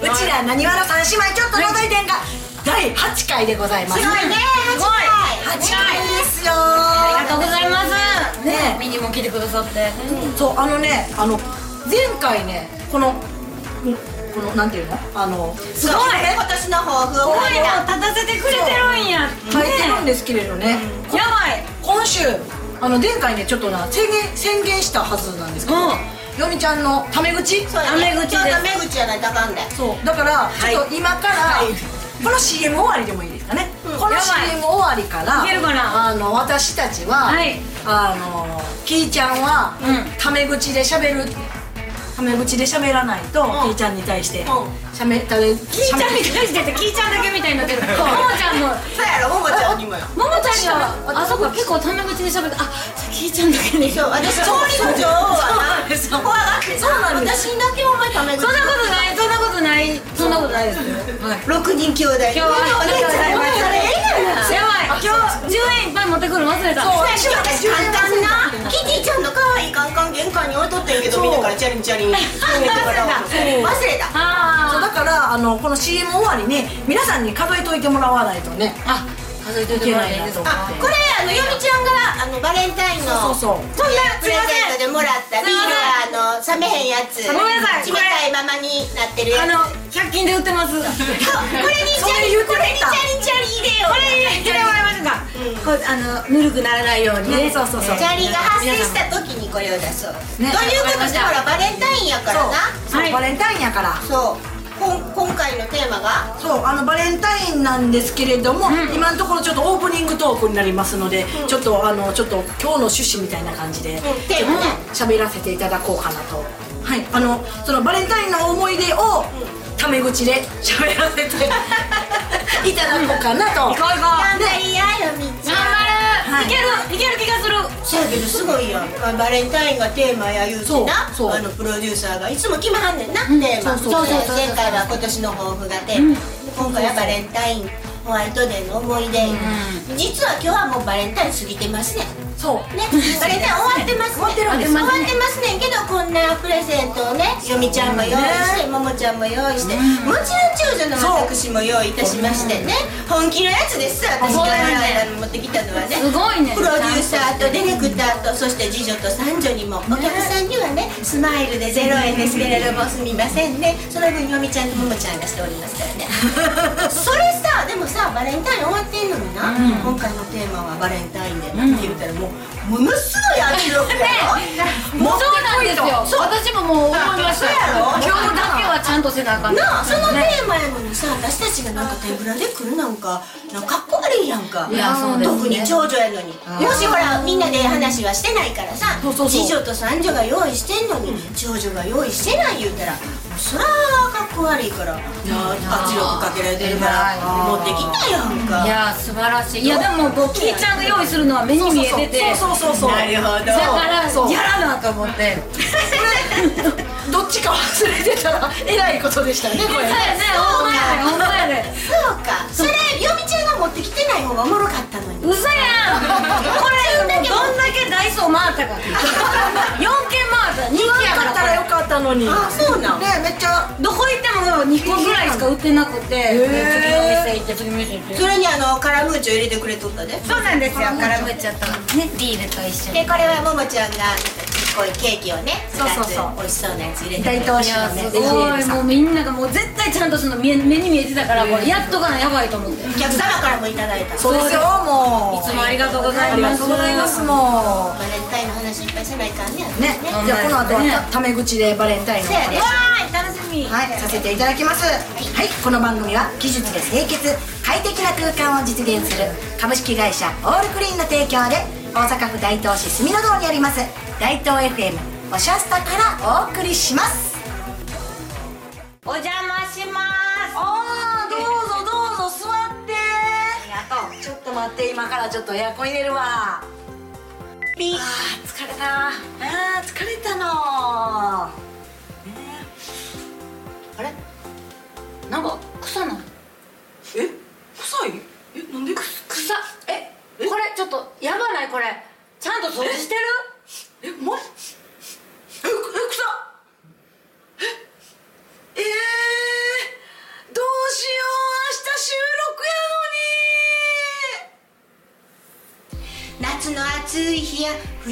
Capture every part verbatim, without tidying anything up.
うちらなにわの三姉妹ちょっと覗いてんかだいはちかいでございます。 すごいね、 はちかいですよ。 ありがとうございますね。 見にも来てくださって。 そうあのねあの前回ねこのこのなんていうのあのすごい今年の抱負を立たせてくれてるんや。 書いてるんですけれどね。 やばい。 今週あの前回ねちょっとな宣言宣言したはずなんですけど。よみちゃんのタメ口タメ口でタメ口じゃないとあかんで。 そうだからちょっと今からこの シーエム 終わりでもいいですかね。この シーエム 終わりからいけるかな。 あの私たちはあのきーちゃんはタメ口で喋るタメ口で喋らないときーちゃんに対してしゃべったでキーちゃんに対してってキーちゃんだけみたいになってる。ももちゃんもそうやろ、ももちゃんにもよ。 ももちゃんがあそこ結構タメ口で喋る。あキーちゃんだけに。 そう私調理の女王はな怖がってさ、私だけお前タメ口。 そんなことないそんなことないそんなことないですよ。 六人兄弟。 今日はお姉ちゃんお姉ちゃんええやな。 やばい今日じゅうえんいっぱい持ってくる忘れた。 そう私カンカンなキティちゃんの可愛いカンカン玄関に置いとってんけどみんなからチャリンチャリン忘れた。 そうだからあのこの シーエム 終わりに皆さんに数えといてもらわないとね。 あ数えといてもらわないと。 あこれあのよみちゃんがあのバレンタインのそうそうそんなプレゼントでもらったビールがあの冷めへんやつ。 ごめんなさい冷たいままになってるやつ。 あのひゃく均で売ってます。これにチャリこれにチャリチャリ入れよう。 これ入れてもらいますか。こうあのぬるくならないようにね。 そうそうそう。 チャリが発生した時にこれを出そう。ということでほらバレンタインやからな。 そうバレンタインやから。 そう今回のテーマがそうあのバレンタインなんですけれども、今のところちょっとオープニングトークになりますので、ちょっとあのちょっと今日の趣旨みたいな感じでテーマね喋らせていただこうかなと。はいあのそのバレンタインの思い出をタメ口で喋らせていただこうかなと。 行こう行こう。 頑張りやよみちゃん。 頑張る。いけるいける気がする。 そうやけどすごいやん。バレンタインがテーマや言うてな、 そうそうあのプロデューサーがいつも決まはんねんな、テーマ。 そうそうそう前回は今年の抱負がテーマ、今回はバレンタインホワイトデーの思い出。実は今日はもうバレンタイン過ぎてますね。 そうね、バレンタイン終わってますね。終わってるんです。終わってますねんけどこんなプレゼントをね、よみちゃんも用意してももちゃんも用意して、もちろん長女の私も用意いたしましてね、本気のやつです。私が持ってきたのはね、 すごいね。 プロデューサーとディレクターとそして次女と三女にもお客さんにはねスマイルでゼロえんですけれどもすみませんね、その分よみちゃんとももちゃんがしておりますからね。それさでもさバレンタイン終わってんのにな、今回のテーマはバレンタインでって言ったらもうものすごい圧力やろ。 もうそうなんですよ。私ももう思いました。今日だけはちゃんとせなあかん。 なあそのテーマやのにさ私たちがなんか手ぶらで来るなんかなんかかっこ悪いやんか。 いやそうですね。 特に長女やのにもしほらみんなで話はしてないからさ、次女と三女が用意してんのに長女が用意してない言うたらそらかっこ悪いから圧力かけられてるから持ってきたやんか。 いや素晴らしい。いやでもこうキーちゃんが用意するのは目に見えてて、 そうそうそうそう。 なるほど。 だからやらなと思って。 どっちか忘れてたらえらいことでしたねこれ。 そうやね。ほんまやねほんまやね。 そうか。それよみちゃんが持ってきてない方がおもろかったのに。 嘘やん。これどんだけダイソー回ったか。よんけん回った。にけんや買ったらよかったのに。 あそうなん。 ねめっちゃどこ行ってもにこぐらいしか売ってなくて、次の店行って次の店行って。 それにあのカラムーチョ入れてくれとったで。 そうなんですよ。カラムーチョとねビールと一緒に。 でこれはももちゃんがこういうケーキをねそうそうそう美味しそうなやつ入れてくれて。 大東市のねすごいもうみんながもう絶対ちゃんとその目目に見えてたからこれやっとかなやばいと思って。 お客様からもいただいた。 そうですよもう。 いつもありがとうございます。 ありがとうございますもバレンタインの話いっぱいせないかんねやね。じゃあこの後はタメ口でバレンタインのお話。 わーい楽しみ。 はいさせていただきます。はいこの番組は技術で清潔快適な空間を実現する株式会社オールクリーンの提供で大阪府大東市住の堂にあります大東 エフエム おしゃスタからお送りします。 お邪魔します。 あーどうぞどうぞ座って。 ありがとう。 ちょっと待って今からちょっとエアコン入れるわ。 ピー。 あー疲れた。あー疲れたの、ね、あれなんか草なの。 え臭いえなんで草えこれちょっとやばないこれちゃんと掃除してる。 えまええ草ええー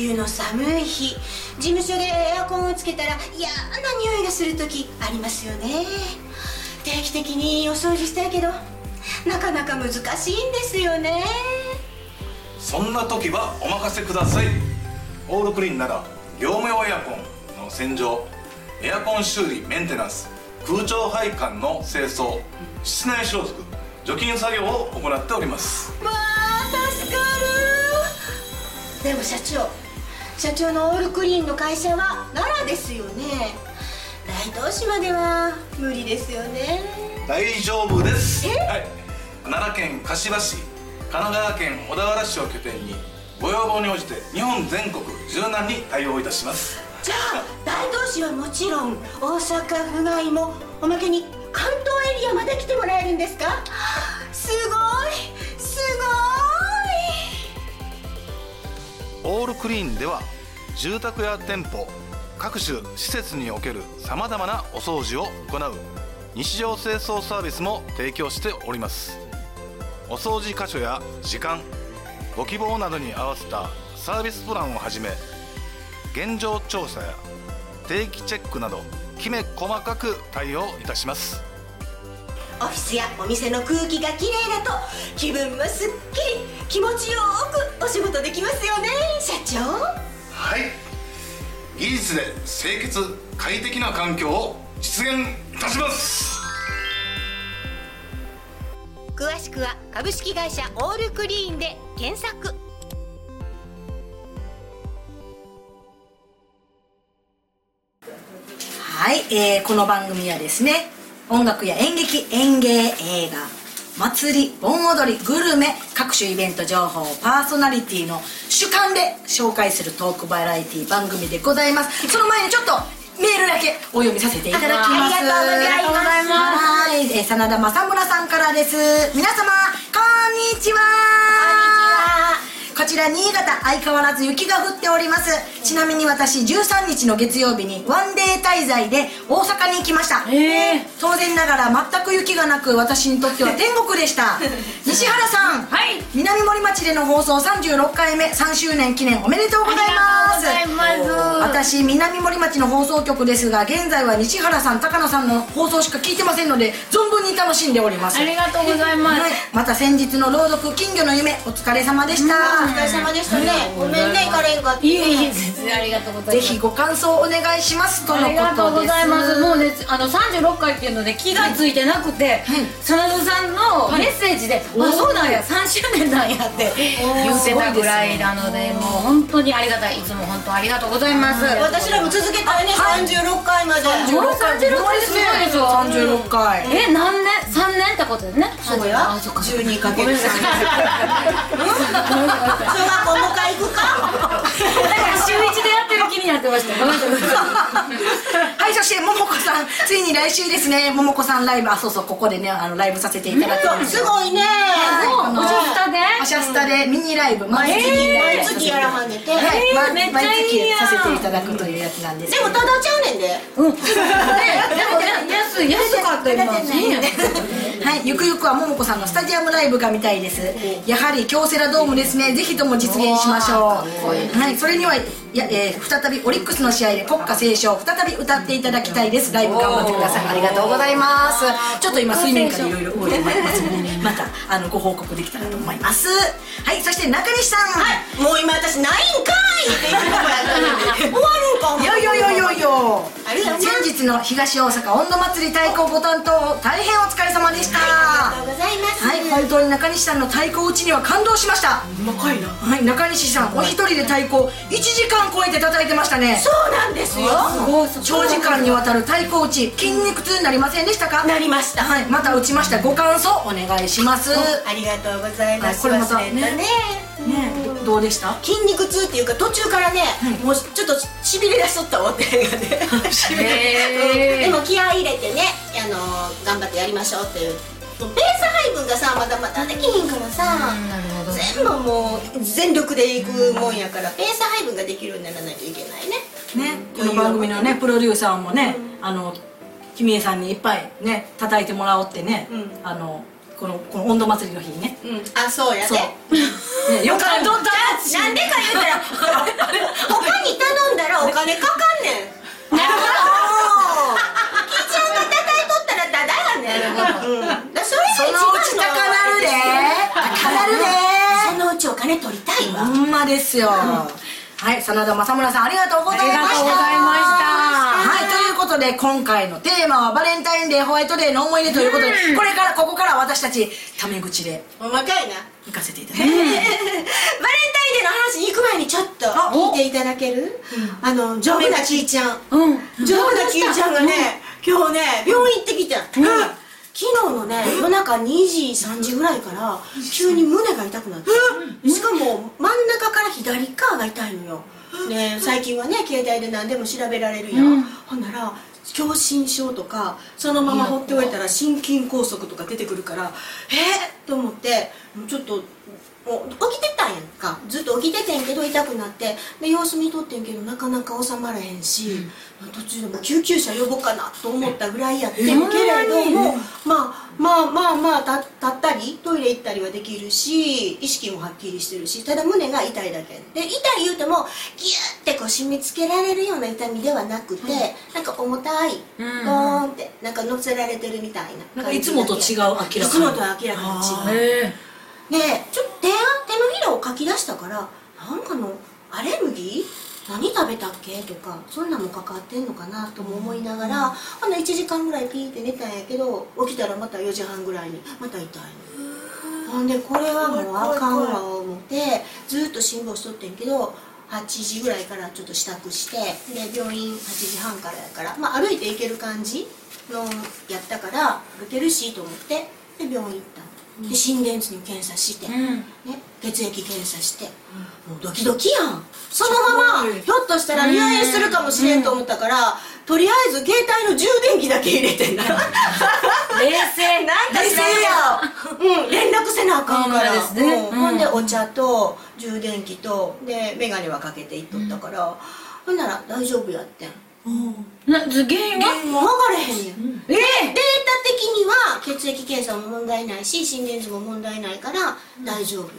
冬の寒い日、事務所でエアコンをつけたら嫌な匂いがする時ありますよね。定期的にお掃除したいけどなかなか難しいんですよね。 そんな時はお任せください。オールクリーンなら業務用エアコンの洗浄、エアコン修理メンテナンス、空調配管の清掃、室内消毒、除菌作業を行っております。 わあ助かる。でも社長社長のオールクリーンの会社は奈良ですよね。大東市までは無理ですよね。 大丈夫です。はい、奈良県柏市、神奈川県小田原市を拠点にご要望に応じて日本全国柔軟に対応いたします。 じゃあ大東市はもちろん大阪府外もおまけに関東エリアまで来てもらえるんですか？すごいすごい。オールクリーンでは住宅や店舗、各種施設におけるさまざまなお掃除を行う日常清掃サービスも提供しております。お掃除箇所や時間、ご希望などに合わせたサービスプランをはじめ、現状調査や定期チェックなどきめ細かく対応いたします。 オフィスやお店の空気がきれいだと気分もすっきり気持ちよくお仕事できますよね社長。 はい、技術で清潔快適な環境を実現いたします。 詳しくは株式会社オールクリーンで検索。 はい、えー、この番組はですね、音楽や演劇、演芸、映画、祭り、盆踊り、グルメ、各種イベント情報、パーソナリティの主観で紹介するトークバラエティ番組でございます。その前にちょっとメールだけお読みさせていただきます。 ありがとうございます。 はい、えー、真田正村さんからです。皆様こんにちは。こちら新潟、相変わらず雪が降っております。ちなみに私じゅうさんにちの月曜日にワンデー滞在で大阪に行きました。当然ながら全く雪がなく、私にとっては天国でした。西原さん、 はい、 南森町での放送さんじゅうろっかいめさんしゅうねん記念おめでとうございます。 ありがとうございます。 私南森町の放送局ですが、現在は西原さん、高野さんの放送しか聞いてませんので存分に楽しんでおります。 ありがとうございます。 はい、また先日の朗読金魚の夢お疲れ様でした。 お疲れ様でしたね。ごめんね、行かれんかって。 いえいえ、全然ありがとうございます。 ぜひご感想お願いしますとのことです。 ありがとうございます。もうね、あのさんじゅうろっかいっていうので気がついてなくて、真田さんのメッセージで「あ、そうなんや、さんしゅうねんなんや」って言ってたぐらいなので、もう本当にありがたい。いつも本当ありがとうございます。 私らも続けたいね、さんじゅうろっかいまで。 さんじゅうろっかいすごいですよ。 さんじゅうろっかい。 え、何年？さんねんってことですね。 そうや、じゅうにかげつ。ごめんなさい。小学校もう一回行くか。 週一でやってる気になってました。ごめんなさい。 はい、そしてももこさん、ついに来週ですね、ももこさんライブ、あ、そうそう、ここでね、あのライブさせていただくんです。 すごいね。 おしゃスタでおしゃスタでミニライブ毎月毎月やらはんでて、 はい、 めっちゃ毎いいやん月させていただくというやつなんです。 でもただちゃうねんで。 でも安い、安かった今。 はい、ゆくゆくはももこさんのスタジアムライブが見たいです。やはり京セラドームですね。ぜひとも実現しましょう。はい、それにはや、えー、再びオリックスの試合で国歌斉唱再び歌っていただきたいです。ライブ頑張ってください。ありがとうございます。ちょっと今水面下でいろいろ動いてまいりますので、またあのご報告できたらと思います。はい、そして中西さん、はい、 もう今私ないんかいって言ってるとこやったのに終わるんか。 いよいよいよいよいよ。 ありがとう。 先日の東大阪温度祭り太鼓ご担当、大変お疲れ様でした。 ありがとうございます。 はい、本当に中西さんの太鼓打ちには感動しました。うまかいな。はい、中西さんお一人で太鼓いちじかん超えて叩いてましたね。 そうなんですよ。 長時間にわたる太鼓打ち、筋肉痛になりませんでしたか？ なりました。 はい、また打ちました。ご感想お願いします。 ありがとうございます。 これまたね、 どうでした？ 筋肉痛っていうか途中からね、もうちょっとしびれ出しとったわって映画で。でも気合い入れてね、あの頑張ってやりましょうっていう。ペース配分がさ、まだまだできひんからさ、全部もう全力でいくもんやから、ペース配分ができるようにならないといけないね。 ね、この番組のねプロデューサーもね、あの君江さんにいっぱいね叩いてもらおうってね、あのこのこの温度祭りの日にね。 うん、あ、そうやそうで。 よかった。 なんでか言うたら他に頼んだらお金かかんねん。なるほど。キーちゃんが叩いとったらただやねん。なるほど。うん、だそれそのうち高なるで高なるで。 そのうちお金取りたいわ。 ほんまですよ。はい、真田正村さんありがとうございました。 ありがとうございました。 はい、ということで今回のテーマはバレンタインデーホワイトデーの思い出ということで、これからここから私たちタメ口でおまかいな。 行かせていただきます。 バレンタインデーの話に行く前にちょっと聞いていただける？あの丈夫なキーちゃん、丈夫なキーちゃんがね、今日ね病院行ってきた。昨日のね夜中にじさんじぐらいから急に胸が痛くなって、しかも真ん中から左側が痛いのよ。ね、最近はね携帯で何でも調べられるやん。ほんなら狭心症とかそのまま放っておいたら心筋梗塞とか出てくるから、えっと思ってちょっともう起きてたんやんか。ずっと起きててんけど痛くなってで様子見とってんけどなかなか収まらへんし、うん、途中でも救急車呼ぼうかなと思ったぐらいやってんけれども、まあまあまあまあた立ったりトイレ行ったりはできるし意識もはっきりしてるし、ただ胸が痛いだけで、痛い言うてもギュッてこう締め付けられるような痛みではなくて、うん、なんか重たいドーンってなんか乗せられてるみたいななんかいつもと違う、明らかにいつもとは明らかに違う。でちょっと手手のひらをかき出したから、なんかのアレルギー何食べたっけとかそんなんもかかってんのかなとも思いながら、ほんでいちじかんぐらいピーって寝たんやけど起きたらまたよじはんぐらいにまた痛いの。ほんでこれはもうあかんわ思ってずっと辛抱しとってんけど、はちじぐらいからちょっと支度してで病院はちじはんからやから、まあ、歩いて行ける感じのやったから歩けるしと思ってで病院行ったの。で心電図に検査して、うん、ね、血液検査して、うん、もうドキドキやん。そのままひょっとしたら入院するかもしれんと思ったから、うん、とりあえず携帯の充電器だけ入れてんな。冷静なんか冷静や。うん、連絡せなあかんから、ですね、うん、ほんでお茶と充電器とで眼鏡はかけていっとったから、うん、ほんなら大丈夫やってん。 な原因は分かれへんねん、うん、えー、データ的には血液検査も問題ないし心電図も問題ないから大丈夫やって、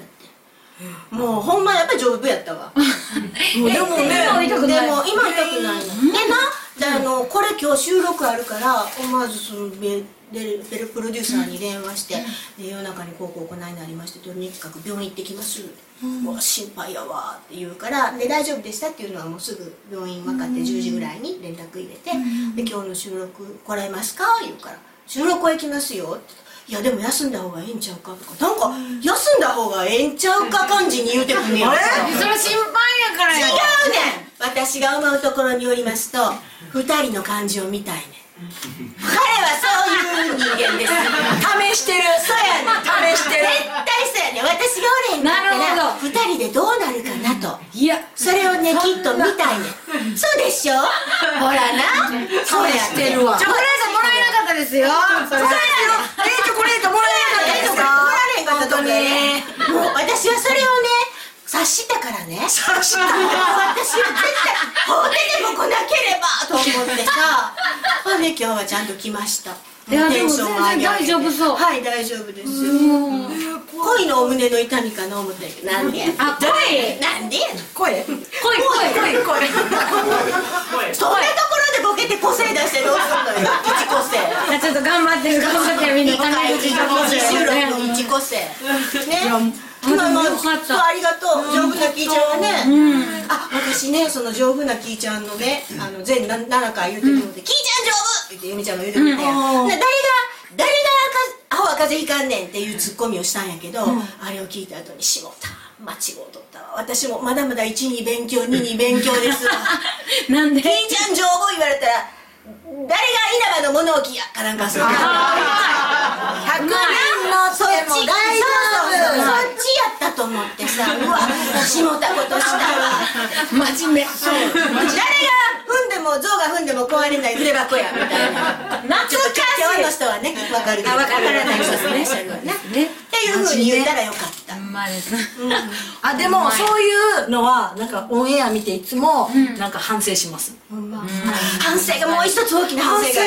うん、もうほんまやっぱり丈夫やったわ。もうでもね今痛くない。 でも今痛くないの、うん、でなであのこれ今日収録あるから思わずそのベでプロデューサーに電話して、うん、で夜中にこうこう行いになりましてとにかく病院行ってきます、うん、もう心配やわって言うからで大丈夫でしたっていうのはもうすぐ病院分かってじゅうじぐらいに連絡入れて、うん、で今日の収録来られますか言うから収録は行きますよって。いやでも休んだ方がええんちゃうかとかなんか休んだ方がええんちゃうか感じに言うてくんねやん。 それ心配やからや。 違うねん。私が思うところによりますとふたりの感じを見たいねん。彼はそういう人間です。 試してる。 そうやねん。試してる。絶対そうやねん。私がおれへんかったらふたりでどうなるかなと。いやそれをねきっと見たいねん。そうでしょ。ほらな。そうやってるわ。 チョコレートもらえなかったですよ。 そうやねん。えチョコレートもらえなかったですか。もらえへんかったとね。もう私はそれをね察したからね。察した。私は絶対ほうてでも来なければと思ってさ。ほんで今日はちゃんと来ました。 テンションも上げて大丈夫そう。 はい大丈夫です。恋のお胸の痛みかな思ってる。なんで？ あ声？ なんで？ 声？ 声声声声。 そんなところでボケて個性出してどうすんのよ。一個性。 ちょっと頑張ってる頑張ってるみんなタメ口収録の一個性。ね。今もありがとう丈夫なキーちゃんはね、あ私ねその丈夫なキーちゃんのねあの全ななかい言うてるので「キーちゃん丈夫!」ってゆみちゃんが言うてくれて誰が誰がアホは風邪ひかんねんっていうツッコミをしたんやけどあれを聞いた後に「しもた間違うとったわ私もまだまだいちに勉強にに勉強ですわ」 なんでキーちゃん丈夫言われたら誰が稲葉の物置やかなんかそうかひゃくにんのそっちそっちやったと思ってさうわしもたことしたわ真面目そう誰が踏んでも象が踏んでも壊れない筆箱やみたいなちょっと今日の人はね分かるけど分からない人ですねそれはねっていうふうに言ったらよかったほんまですあでもそういうのはなんかオンエア見ていつもなんか反省します。 反省がもう一つ大きな反省がある。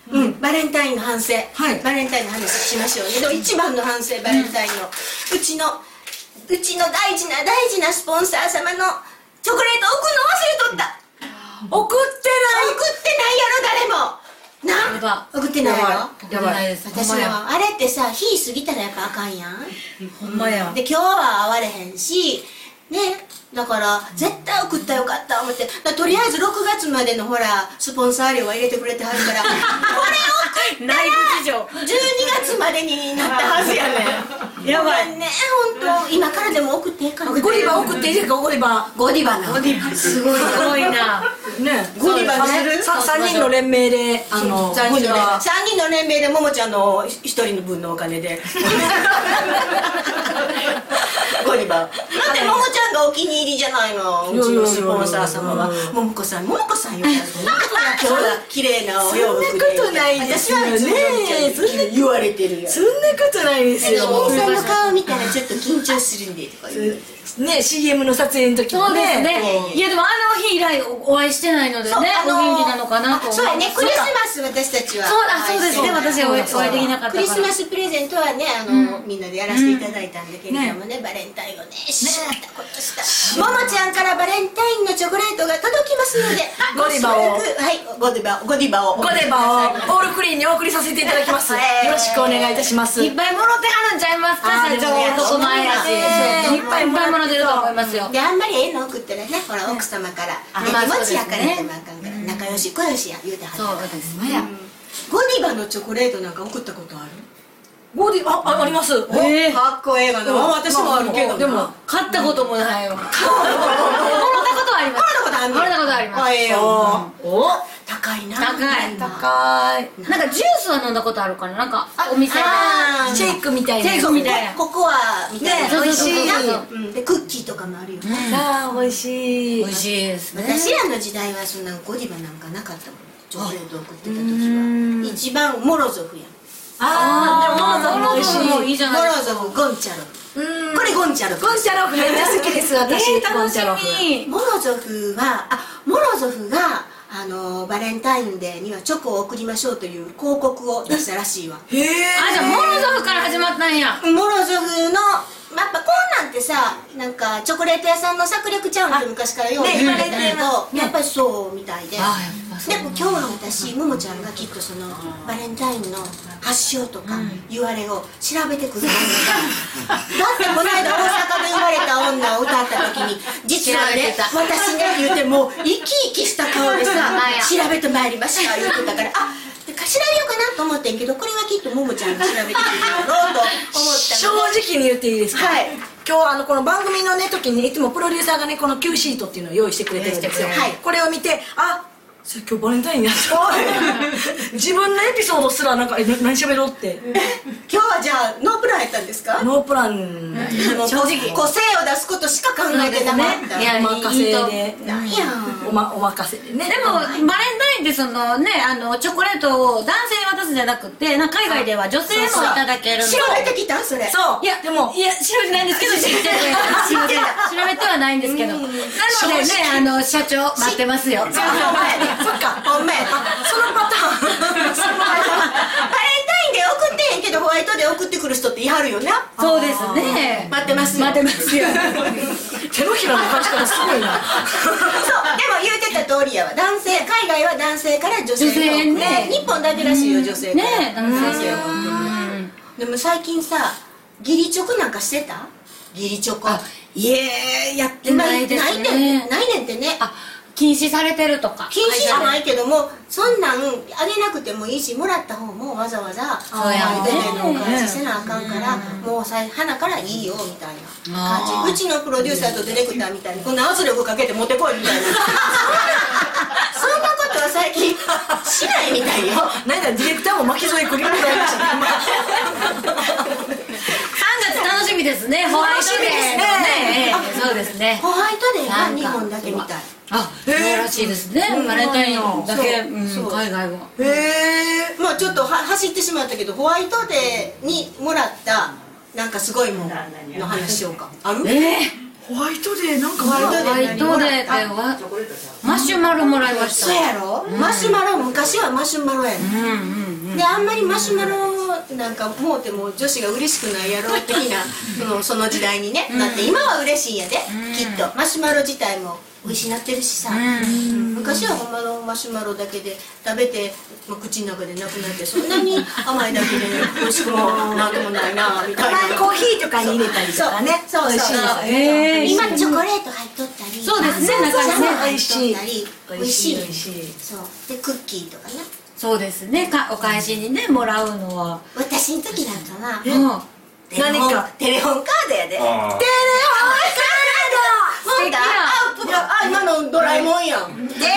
うん、バレンタインの反省、 はい、 バレンタインの話しましょうね。でも一番の反省、バレンタインの、うん、うちのうちの大事な大事なスポンサー様のチョコレート送るの忘れとった。 送ってない送ってないやろ誰もな。送ってないやろ。 やばいです。 私はあれってさ、日過ぎたらやっぱあかんやん。 ほんまや。 で今日は会われへんしね、だから絶対送ったらよかった思って、とりあえずろくがつまでのほらスポンサー料は入れてくれてはるからこれ送ったら内部事情じゅうにがつまでになったはずやねん。やばいね、本当今からでも送っていいかな。 ゴディバ送っていいですか。ゴディバゴディバな。ゴディバすごいすごいなね、 ゴディバするさんにんの連名で、あのさんにんの連名でももちゃんのひとりの分のお金でゴディバ。だってももちゃんがお気に入りじゃないの、うちのスポンサー様は。ももこさん、ももこさんよかったね。今日は綺麗なお洋服で。 そんなことないですよね。 私は言われてるよ。 そんなことないですよ。 お姉さんの顔見たらちょっと緊張するんでとか言うね、シーエム の撮影の時もね。 そうですね。いやでもあの日以来お会いしてないのでね、お元気なのかなと思って。 そうやね、クリスマス私たちはそうだそうですね、私はお会いできなかったから。 クリスマスプレゼントはね、あのみんなでやらせていただいたんだけれどもね、バレンタインをねしまったことした。ももちゃんからバレンタインのチョコレートが届きますので、 ゴディバを、 はいゴディバゴディバをゴディバをオールクリーンにお送りさせていただきます。よろしくお願いいたします。 いっぱいもろてはるんちゃいますか、社長。男前やしいっぱいもらってると思いますよ。 であんまりええの送ったらね、ほら奥様から気持ちやからってもあかんから、仲良し小良しや言うてはった。 そうですね。 ゴディバのチョコレートなんか送ったことある？ ゴディバああります。 えかっこええがな。私もあるけど、 でも買ったこともないわ。もらったことはあります。 もらったことある。 もらったことあります。 あ、ええよ。 お高いな。 高い高い。 なんかジュースは飲んだことあるかな、なんかお店でシェイクみたいな。 シェイクみたいな。 ココアみたいな。 美味しい。 でクッキーとかもあるよね。 ああ美味しい。 美味しいですね。 私らの時代はそんなゴディバなんかなかったもん。チョコレート送ってた時は一番モロゾフやん。 ああでもモロゾフも美味しい。 いいじゃないですか。 モロゾフ、ゴンチャロフ。これゴンチャロフ。 ゴンチャロフめっちゃ好きです私。 楽しみ。 モロゾフはあモロゾフがあのバレンタインデーにはチョコを送りましょうという広告を出したらしいわ。 へえ。 あ、じゃあモロゾフから始まったんや。 モロゾフのやっぱこうなんてさ、なんかチョコレート屋さんの策略ちゃうんって昔からよう言われてるけど、やっぱりそうみたいで。でも今日は私ももちゃんがきっとそのバレンタインの発祥とか言われを調べてくるんだってこの間大阪で生まれた女を歌った時に実はね私ね言うてもう生き生きした顔でさ調べてまいりました言うてたから、あ調べようかなと思ってんけど、これはきっとももちゃんが調べてくるだろうと思った正直に言っていいですか。 はい。 今日あのこの番組のね時にいつもプロデューサーがねこの Q シートっていうのを用意してくれてるんですよ。 はい。 これを見て、あそれ今日バレンタインやった自分のエピソードすらなんかえ何喋ろうって今日はじゃあノープランやったんですか？ ノープラン。 正直個性を出すことしか考えてなかった。 いやお任せでなんやおまお任せでね。 でもバレンタインってそのね、あのチョコレートを男性に渡すんじゃなくて、なんか海外では女性もいただけるの。 調べてきたそれ。 そう。 いやでもいや調べてないんですけど、知ってるすいません、調べてはないんですけど。なのでね、あの社長待ってますよ。 そっか。ほんまや。 そのパターン。 バレンタインで送ってへんけどホワイトで送ってくる人っていはるよね。 そうですね。 待ってますよ。 待ってますよ。 手のひらの返し方すごいな。 そうでも言うてた通りやわ。男性海外は男性から女性の女性ね。 日本だけらしいよ女性から。 ね男性でも最近さ義理チョコなんかしてた？義理チョコ。 いえやってないですね。 ないねんないねんってね。 あ禁止されてるとか。 禁止じゃないけども、そんなんあげなくてもいいし、もらった方もわざわざそうやねのお返しせなあかんから、もうさ花からいいよみたいな感じ。うちのプロデューサーとディレクターみたいにこんな圧力かけて持ってこいみたいなそんなことは最近しないみたいよ。 なんだディレクターも巻き添えくりみたいな。 さんがつ楽しみですね。ホワイトデーね。そうですね。 ホワイトデーは日本だけみたい。 あ、そうらしいですね。バレンタインだけ海外は。 へえ。 まあちょっと走ってしまったけど、ホワイトデーにもらったなんかすごいものの話しようか。ある？ ええ。 ホワイトデーなんかホワイトデーホワイトデーではマシュマロもらいました。 そうやろ、マシュマロ昔はマシュマロやね、んであんまりマシュマロなんかもうても女子が嬉しくないやろ的なそのその時代にね、だって今は嬉しいんやで、きっとマシュマロ自体も美味しいなってるしさ、昔はほんまのマシュマロだけで食べて、まあ、口の中でなくなって、そんなに甘いだけで美味しくもなんともないなみたいな。 コーヒーとかに入れたりとかね、 そうそうそう、 えー、 今チョコレート入っとったり、 そうですね、中にね入っとったり美味しい、 美味しい。 そうでクッキーとかね、 そうですね、かお返しにねもらうのは、 私の時なんかな、 うん何かテレホンカードやで。テレホンカード。 素敵や。 あ、あ、今のドラえもんやん。テレホンカード。 全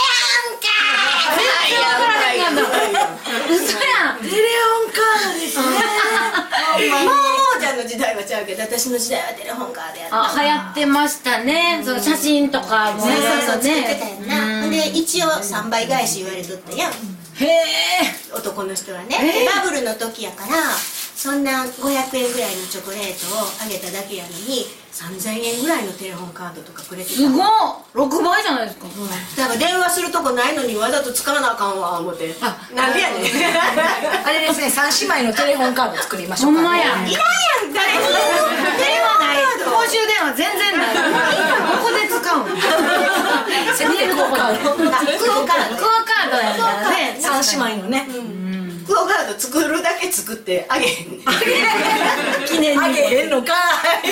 然わからへんやんな。嘘やん。 テレホンカードですね。 もうもうちゃんの時代はちゃうけど、私の時代はテレホンカードやった。 あ、流行ってましたね。その写真とかもそうそうそう、作ってね。 たやんな。で、一応三倍返し言われとったやん。 へえ。 男の人はね。でバブルの時やから。そんなごひゃくえんぐらいのチョコレートをあげただけやのにさんぜんえんぐらいのテレホンカードとかくれてた。 すごいろくばいじゃないですか。 だから電話するとこないのにわざと使わなあかんわ思って。 あ、 なんでやねん。 あれですね、三姉妹のテレホンカード作りましょうか。 ほんまや。 いらんやん、誰にテレホンカード。 公衆電話全然ない。ここで使うの。 せめてクオカード。 クオカード。 クオカードやからね。 三姉妹のね。 クオカード作るだけ作ってあげへんねん。 記念にあげへんのかい。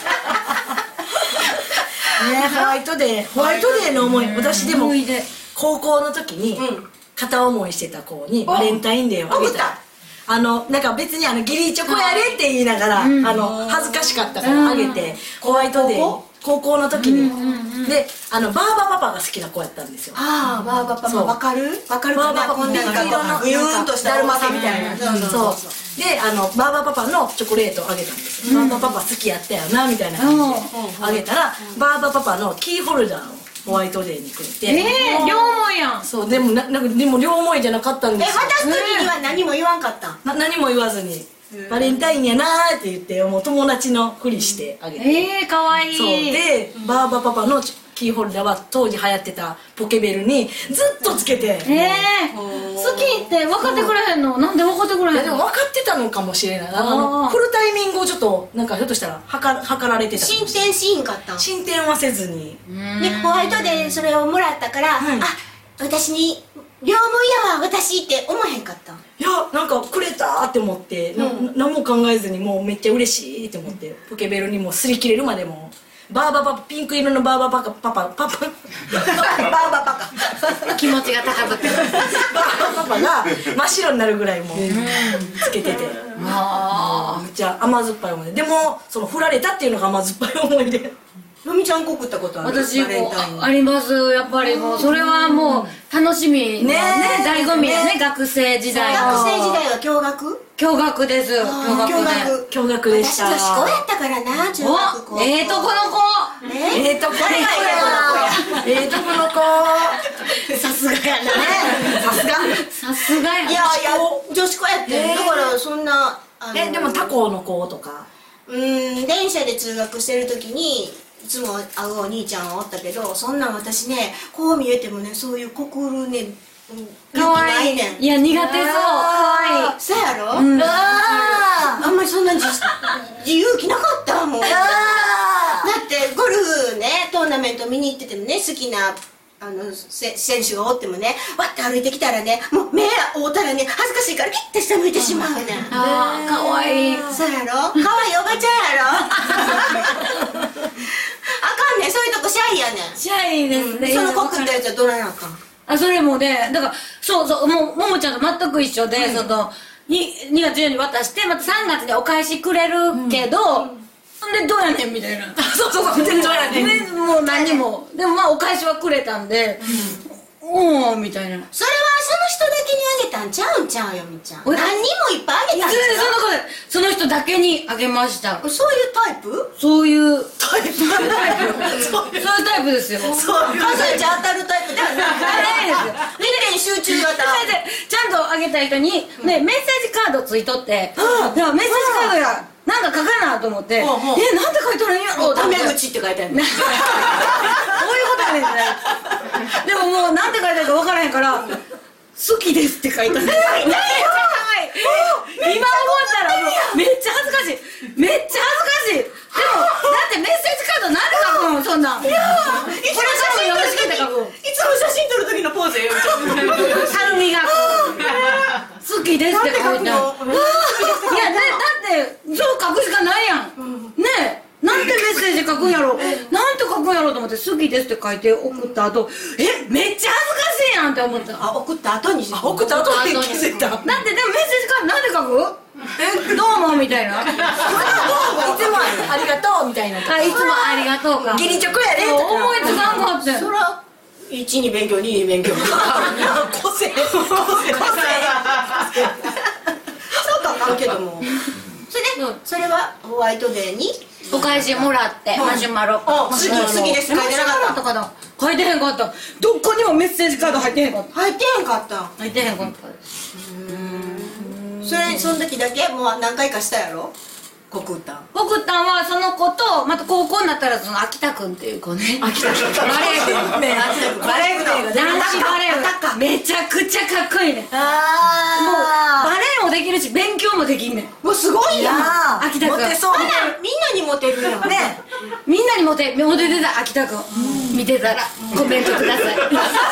ね、ホワイトデー、ホワイトデーの思い、私でも高校の時に片思いしてた子にバレンタインデーをあげた。あのなんか別にあの義理チョコやれって言いながら、あの恥ずかしかったからあげて、ホワイトデー高校の時に、であのバーバパパが好きな子やったんですよ。 ああ、バーバパパわかる？わかるかな。こんな黄色のぐゆーんとしただるまさんみたいな。そうであのバーバパパのチョコレートをあげたんですよ。バーバパパ好きやったよなみたいな感じであげたら、バーバパパのキーホルダーをホワイトデーにくれて、 ええ、両思いやん。 そうでもななんかでも両思いじゃなかったんでえ、 すよ。 渡す時には何も言わんかったん？ な何も言わずにバレンタインやなーって言ってもう友達のふりしてあげて、 ええ、かわいい。 そうでバーバパパのキーホルダーは当時流行ってたポケベルにずっとつけて、 ええ、好きって分かってくれへんの？なんで分かってくれへんの？ いやでも分かってたのかもしれない。あのあー来るタイミングをちょっとなんかひょっとしたら測ら測られてたかもしれない。 進展しんかったん？ 進展はせずに、 で、ホワイトデーそれをもらったから、あ、私に両思いやわ私って思えへんかったん？ いやなんかくれたーって思って、な何も考えずにもうめっちゃ嬉しいって思って、ポケベルにもう擦り切れるまでもバーバパパピンク色のバーバパパパパパバーバパパ気持ちが高ぶってる。 バーバパパが真っ白になるぐらいもうつけてて、 あめっちゃ甘酸っぱい思い出で、もその振られたっていうのが甘酸っぱい思い出。 のみちゃんこ食ったことああ、 る？ 私バレンもタインあります。やっぱりもうそれはもう楽しみのね、醍醐味やね、学生時代の。 学生時代は共学？ 共学です。共学で。 驚愕でした。 私女子校やったからな、中学校。 お、ええとこの子。 ええとこの子や。ええとこの子。 さすがやな。 さすが。 さすがや。 いやいや、女子校やってん。だからそんな、あのえでも他校の子とか。 うーん、電車で通学してる時にいつも会うお兄ちゃんはおったけど、そんなん私ね、こう見えてもね、そういう心ね、 かわいい。 ねん。 いや、苦手そう。かわいい。 そうやろ？ うんあーあんまりそんな自自由気なかったもん。だってゴルフね、トーナメント見に行っててもね、好きなあのせ選手がおってもね、わって歩いてきたらね、もう目合うたらね、恥ずかしいからキッて下向いてしまうねん。 あー、かわいい。 そうやろ？可愛いおばちゃんやろ？あかんねん、そういうとこシャイやねん。 シャイですね。 そのコックってやつはどないなんかん？ あ、それもね、だから、そうそう、もう、ももちゃんと全く一緒で、その、ににがつじゅうにちに渡して、またさんがつにお返しくれるけど、ほんで、どうやねんみたいな。 そうそうそう。全然やね。 で、もう何も。でもまあ、お返しはくれたんで、おー、みたいな。 それはその人だけにあげたんちゃうんちゃうよみちゃん。何人もいっぱいあげたんち全然ゃそんなことない。その人だけにあげました。 う？そういうタイプ？ そういう、 タイプ。 そういうタイプですよ。 そういう。 数えちゃ当たるタイプではないないですよ。 一点集中型。 先生ちゃんとあげた人に、ね、メッセージカードついとって、いやメッセージカードや、なんなんか書かなと思って、え、 ほうほうなんて書いとるんやろタメ口って書いてあるの。 どういうことやねんって。でももうなんて書いてあるか分からへんから「好きです」って書いてある。今思ったらもうめっちゃ恥ずかしい、めっちゃ恥ずかしい。でもだってメッセージカードなんで書くのそんなん。これからもよろしくって書く。 いつも写真撮る時のポーズよ。 はるみが好きですって書いてある。いやだだってそう書くしかないやんねえ。なんでメッセージ書くんやろ、なんて書くんやろと思って「好きです」って書いて送った後、えめっちゃ恥ずかしいやんって思った。 あ、送った後に。 あ、送った後に気づいた。 だってでもメッセージカードなんで書くえどうもみたいな。いつもありがとうみたいな。 あいつもありがとうか。 義理チョコやで。 思いつかんかって。 そらいちに勉強にに勉強。 個性。個性。そうかあかんけども。それでそれはホワイトデーにお返しもらってマシュマロ。 好き好きです書いてなかったかな。書いてへんかった。どこにもメッセージカード入ってへんかった。 入ってへんかった。 入ってへんかった。 それその時だけもう何回かしたやろ。告ったん告ったんはその子とまた高校になったらその秋田くんっていう子ね。秋田くんバレー部ね。 バレー部の男子バレー部めちゃくちゃかっこいいね。もうあバレーもできるし勉強もできんねん。 もうすごいやん。 秋田くんモテそう。 みんなにモテるやんね。 みんなにモテモテてた秋田くん見てたらコメントください。 見てて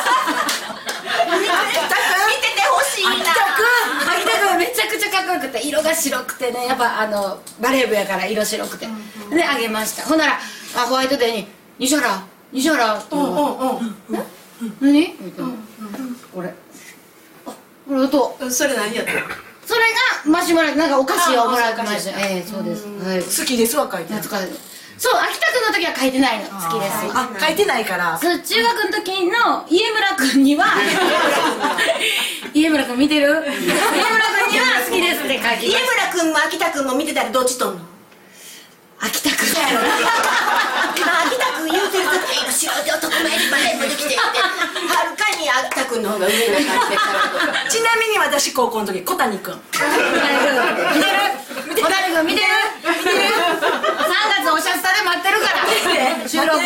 ほしいな。 秋田くん秋田くんめちゃくちゃかっこよくて色が白くてね、やっぱあのバレー部やから色白くてであげました。ほんならあホワイトデーに「西原西原」って言うの。何みたいな。これあこれ音それ何やったの。 それがマシュマロなんかお菓子をもらってました。ええそうです。はい好きですは書いてある。 懐かしい。そう秋田くんの時は書いてないの。好きです。 あ、書いてないから。 そう中学の時の家村くんには家村くん見てる？家村くんには好きですって書いてま家す。 村君も秋田君も見てたらどっちとんの。 秋田くんやろ今秋田君言うてる時色白で男前にバレーもできてってはるかに秋田君の方が上な感じでちなみに私高校の時小谷君。 見てる？見てる？小谷くん見てる？見てる？さんがつおしゃスタで待ってるから収録。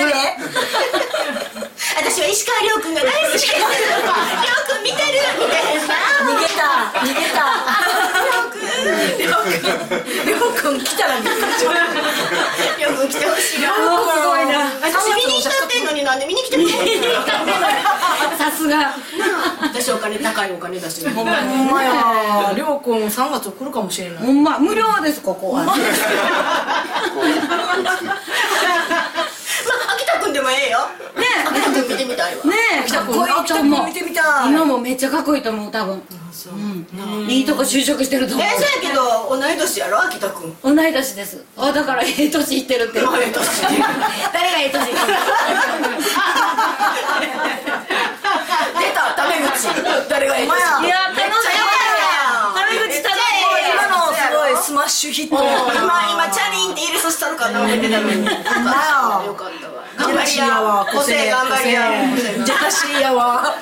私は石川遼君が大好きです。遼君見てるみたいな。 逃げた逃げた。りょうくん来たらびっくりします。 りょうくん来てほしい。 すごいな。 私見に行ったってんのになんで見に来てくれないの。 さすが。 私お金高いお金出してる。 ほんまや。りょうくんさんがつ来るかもしれない。 ほんま無料ですここは。 まあ秋田君でもええよ。 ね秋田君見てみたいわ。 ねえかっこいいと思う。 見てみたい。 今もめっちゃかっこいいと思う多分。いいとこ就職してると思う。 えそうやけど同い年やろ秋田君。 同い年です。あだからええ年いってるって。 ええ年って誰がええ年いってる？ 出たタメ口。誰がええ年。 いや楽しい。タメ口楽しい。 今のすごいスマッシュヒット。 今今チャリンって入れさせたのかな思ってたのに。よかったわ。頑張りや。個性頑張りや。 ジェラシーやわ。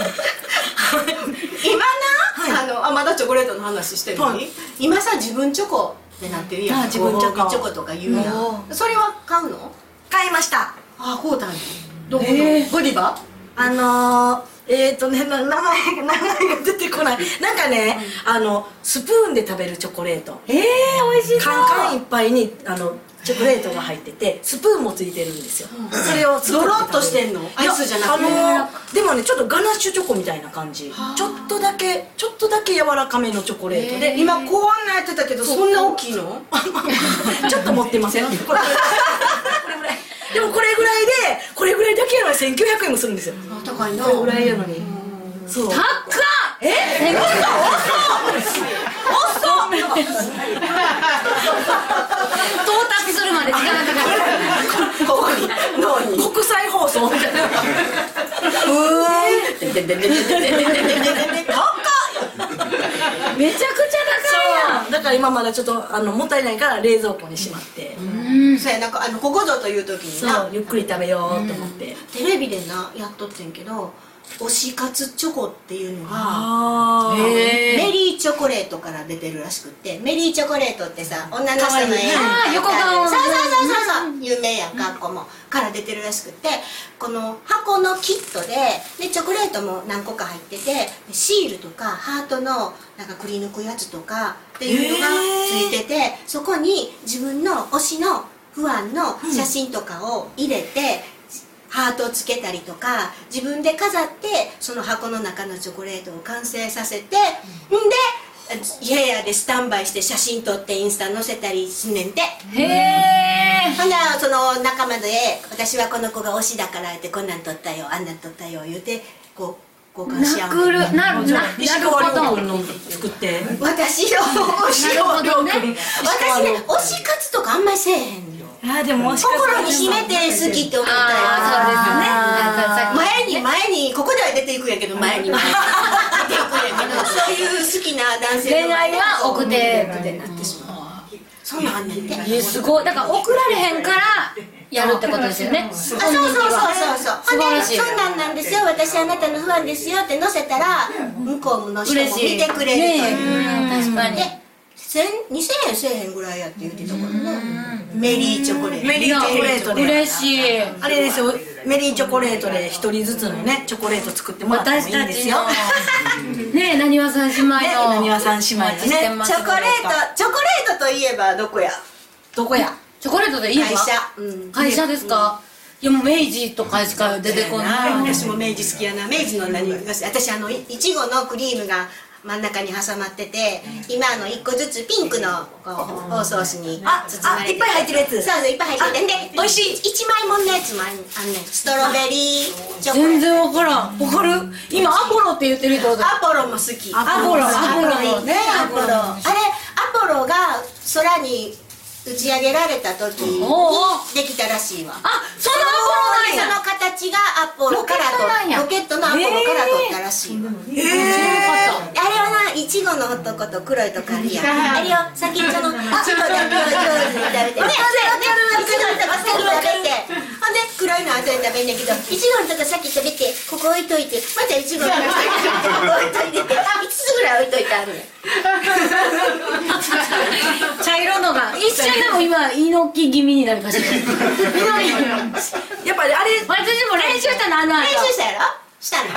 今な、あのあまだチョコレートの話してるのに、今さ自分チョコってなってるやん。 自分チョコご褒美チョコとか言うやん。それは買うの？ 買いました。 あ、こうたんや。どこの？ゴディバ？ あのー。えーとね、な名前が名前が出てこない。なんかね、あのスプーンで食べるチョコレート。 ええ美味しそう。 カンカンいっぱいにあのチョコレートが入ってて、スプーンもついてるんですよ。それをドロッとしてんの？アイスじゃなくて。 あのー、でもねちょっとガナッシュチョコみたいな感じ。ちょっとだけちょっとだけ柔らかめのチョコレートで、 今こうなやってたけどそんな大きいの？ ちょっと持ってません？これぐらい。でもこれぐらいでこれぐらいだけやのにせんきゅうひゃくえんもするんですよ。 高いな。 これぐらいやのに。そう。 高っ！え？え？遅っ！到達するまで時間がかかる。 ここに脳に国際放送みたいな。うーん。 ででででででででで高っ！ めちゃくちゃ高いやん。 だから今まだちょっとあのもったいないから冷蔵庫にしまって。 そうやなんかあのここぞという時にそなうゆっくり食べようと思って。 テレビでなやっとってんけど。 推し活チョコっていうのがメリーチョコレートから出てるらしくって、メリーチョコレートってさ、女の人の絵あ横顔、 そうそうそうそうそう、有名やんか、こもから出てるらしくって、この箱のキットででチョコレートも何個か入ってて、シールとかハートのなんかくり抜くやつとかっていうのがついてて、そこに自分の推しのファンの写真とかを入れて、ハートをつけたりとか自分で飾って、その箱の中のチョコレートを完成させて、んで部屋でスタンバイして写真撮ってインスタ載せたりすんねんて。 へえ。 ほんならその仲間で「私はこの子が推しだから」って「こんなん撮ったよあんなん撮ったよ」言うてこう交換し合うねん。 なるなる石川遼君の作って私の推しを、 なるほどね。 私ね推し活とかあんまりせえへんよ。 あでも心に秘めて好きって思ったよ。 ああ、そうですよね。 前に前にここでは出ていくんやけど、前に前に出ていくんやけど、そういう好きな男性恋愛は奥手奥手になってしまう。そういうのあんねんて。 えすごい。だから送られへんからやるってことですよね。 あ、そうそうそうそうそう。 素晴らしい。 そんなんなんですよ、私あなたのファンですよって載せたら、向こうの人も見てくれるという。 確かに。 にせんえんせえへんぐらいやって言ってたからね。メリーチョコレート。 メリーチョコレートで嬉しい。 あれですよ、メリーチョコレートで一人ずつのねチョコレート作ってもらってもいいんですよ。 ねえ、なにわさん姉妹のなにわさん姉妹のねチョコレート、チョコレートといえばどこや？ どこや？ チョコレートでいいわ。 会社。うん会社ですか？いやもう明治とかしか出てこない。 私も明治好きやな。明治の何が好き？私あのいちごのクリームが真ん中に挟まってて、今あのいっこずつピンクのこう包装紙にあ包まれてて、 あいっぱい入ってるやつ。 そうそう、いっぱい入ってて、で美味しいいちまいもんのやつもあんあんねん。ストロベリーチョコレート。 全然わからん。わかる？今アポロって言ってる人だ。 アポロも好き。 アポロ、アポロのね、 アポロ。あれアポロが空に打ち上げられた時にできたらしいわ。 あ、そのアポロなんや。 その形がアポロからとロケットのアポロから取ったらしいわ。 へえ。 あれはないちごの男と黒いとかあるやん。あれを先っちょのいちごだけを上手に食べてね、いちごのとこ先食べて、ほんで黒いの後で食べんねんけど、いちごのとこ先食べてここ置いといて、またいちごのとこ先食べてここ置いといていつつぐらい置いといてあるねん。 茶色のが一瞬でも今猪木気味になりました。 やっぱりあれ私も練習したのあの後。 練習したやろ？したの？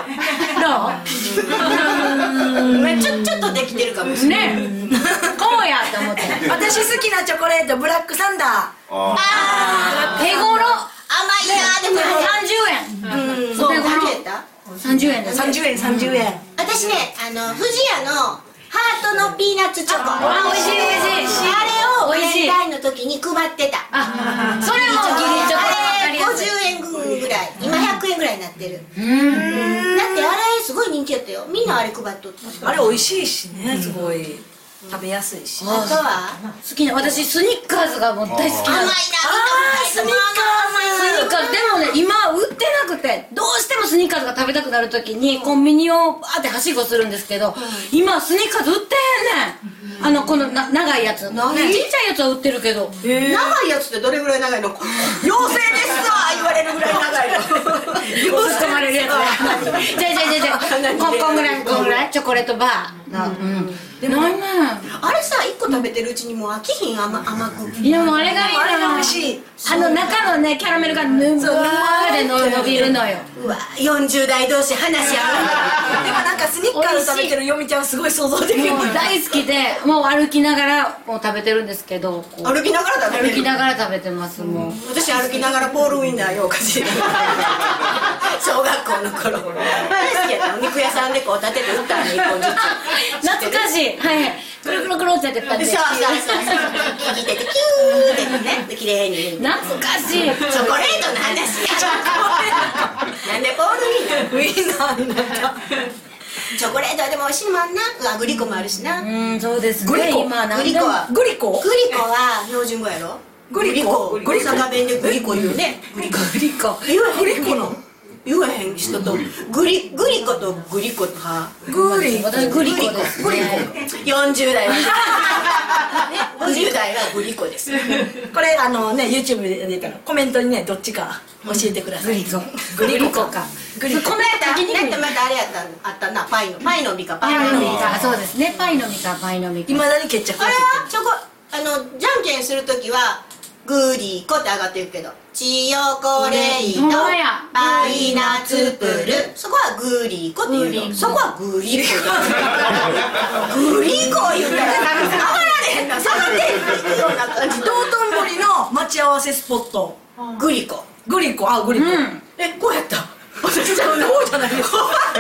どう？ ちょちょっとできてるかもしれない。 ね、こうやって思って。 私好きなチョコレートブラックサンダー。 あ手頃。 甘いな。でも三十円。 うん、そう、何やった？ 三十円です。 三十円三十円。 私ね、あの富士屋のハートのピーナッツチョコ。 あ、美味しい美味しい。 あれをバ美味しいレンタインの時に配ってた。 あ、それもギリチョコわかりやあれすい。 ごじゅうえんぐらい、今ひゃくえんぐらいになってる。 うん。 だってあれすごい人気やったよ。みんなあれ配っとった。 あれ美味しいしね、すごい食べやすいし。 あとは好きな、私スニッカーズがもう大好きなんです。 甘いな。 スニッカーズスニッカーズでもね、今売ってなくて、どうしてもスニッカーズが食べたくなるときにコンビニをバーってはしごするんですけど、今スニッカーズ売ってへんねん。あのこのな長いやつ、ちっちゃいやつは売ってるけど、 長いやつってどれぐらい長いの？妖精ですわ言われるぐらい長いの。 突っ込まれるやつね。じゃあじゃあじゃあじゃあこんこんぐらいこんぐらいチョコレートバーが。でもなんなんあれさ、一個食べてるうちにもう飽きひん、甘甘く。 いやもうあれがいいのよ。 あれが美味しい。 あの中のねキャラメルがぬんぶーでの伸びるのよ。 うわ、よんじゅう代同士話し合う。 でもなんかスニッカーズ食べてるよみちゃんすごい想像できる。 もう大好きで、もう歩きながらもう食べてるんですけど、こう歩きながら食べてる。 歩きながら食べてますもう。 私歩きながらポールウインナーようかじる。小学校の頃。大好きやった。お肉屋さんでこう立てて売ったのにいっぽんずつ。 懐かしい。はい。くるくるくるってやってたんで。 そうそうそうそう。右手でキューってね、綺麗に。 懐かしい。 チョコレートの話や。なんでポールウインナー？ ウインナーになった。 チョコレートはでも美味しいもんな。うわ、グリコもあるしな。 うん、そうですね。 グリコ今グリコはグリコ？ グリコは標準語やろ。 グリコ？ グリコ。大阪弁でグリコ言うね。 グリコグリコ。 言わへん。グリコの言わへん人とグリグリコとグリコとはグリコ。 私グリコです。 グリコ。よんじゅう代はね、ごじゅう代はグリコです。 これあのね YouTube で出たらコメントにねどっちか教えてください。 グリコグリコかグリコ。 このやっただってまたあれやったんあったな、パイのパイの実かパイパイのの実実か、そうですね、パイの実かパイの実か。 いまだに決着あれはそこあのじゃんけんするときはグリコって上がってるけど、チヨコレイとほんまやパイナツプル、そこはグリコっていうの、そこはグリコだグリコ言うたら上がられへんな、下がっていくような感じ。 道頓堀の待ち合わせスポットグリコグリコ、あグリコ、 うんえこうやった私じゃこうじゃないです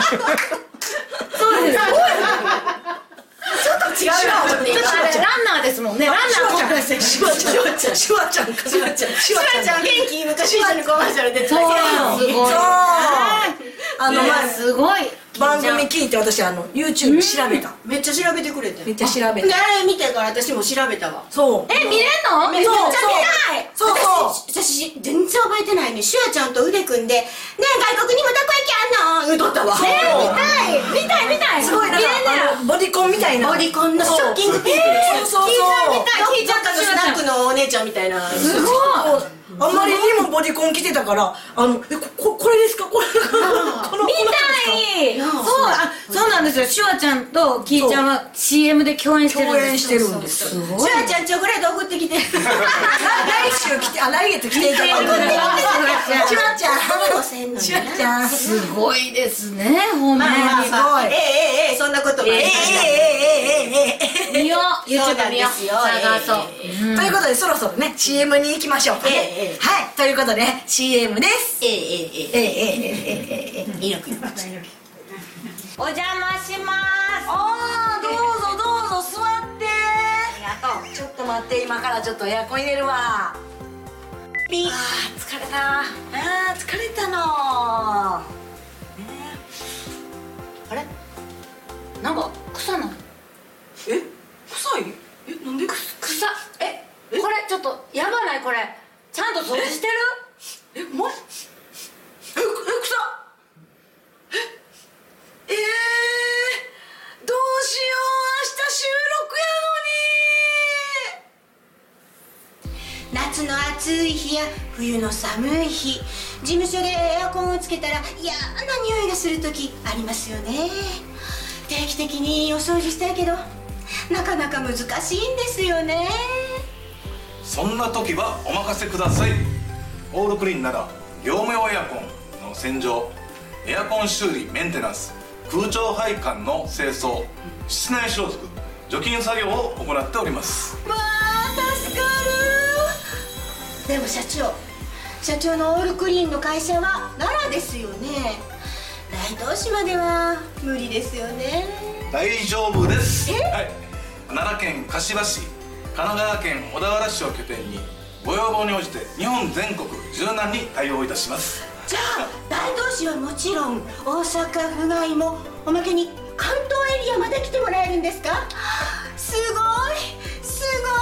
そうです。 ちょっと違うな思ってちょっとあれランナーですもんね。ランナーシュワちゃんシュワちゃんシュワちゃんかシュワちゃんシシュワちゃん元気昔一緒にコマーシャル出てたそうけや、すごい。 そうあのいやまあすごい。 番組聞いて私あの YouTube 調べた、 めっちゃ調べてくれてめっちゃ調べでた、 あれ見てから私も調べたわ。 そうえ、見れんの？ めっちゃ見たい。 そうそう私私全然覚えてないね。シュワちゃんと腕組んでねえ外国にもたこ焼きあんの言うとったわ。 そうえー見たい見たい見たい。 すごいなんか見れんねやあのボディコンみたいなボディコンのショッキングピンクでそうそうそう聞いた聞いちゃったのスナックのお姉ちゃんみたいな。 すごい。 あまりにもボディコン着てたからあのえこここれですかこれこの見たい。そう、あ、そうなんですよ。シュワちゃんとキーちゃんは シーエム で共演してるんです。 共演してるんですすごい。 シュワちゃんチョコレート送ってきて。 来週来てあ来月来ていただいて送ってきてシュワちゃんそうせんのになシュワちゃんすごいですね、ほんままあに。 まあええええええそんなこともありまええした。 ええええええ見よう、 そう YouTube 見よう。 なんですよ探そう。 ええうんということでそろそろね シーエム に行きましょうかね、 ええええはいということで シーエム ですええええええええええええええいいのくよお邪魔します。 ああどうぞどうぞ座ってありがとう。 ちょっと待って今からちょっとエアコン入れるわピーあー疲れたあー疲れたのねあれなんか草なえ臭いえなんで草えこれちょっとやばないこれちゃんと掃除してるえマジええ臭っええー、どうしよう明日収録やのに夏の暑い日や冬の寒い日、事務所でエアコンをつけたら嫌な匂いがする時ありますよね。定期的にお掃除したいけどなかなか難しいんですよね。 そんな時はお任せください。オールクリーンなら業務用エアコンの洗浄、エアコン修理メンテナンス、空調配管の清掃、室内消毒、除菌作業を行っております。 わあ助かる。でも社長社長のオールクリーンの会社は奈良ですよね。大東市までは無理ですよね。 大丈夫です。はい、奈良県柏市、神奈川県小田原市を拠点にご要望に応じて日本全国柔軟に対応いたします。 じゃあ大東市はもちろん大阪府外もおまけに関東エリアまで来てもらえるんですか？すごいす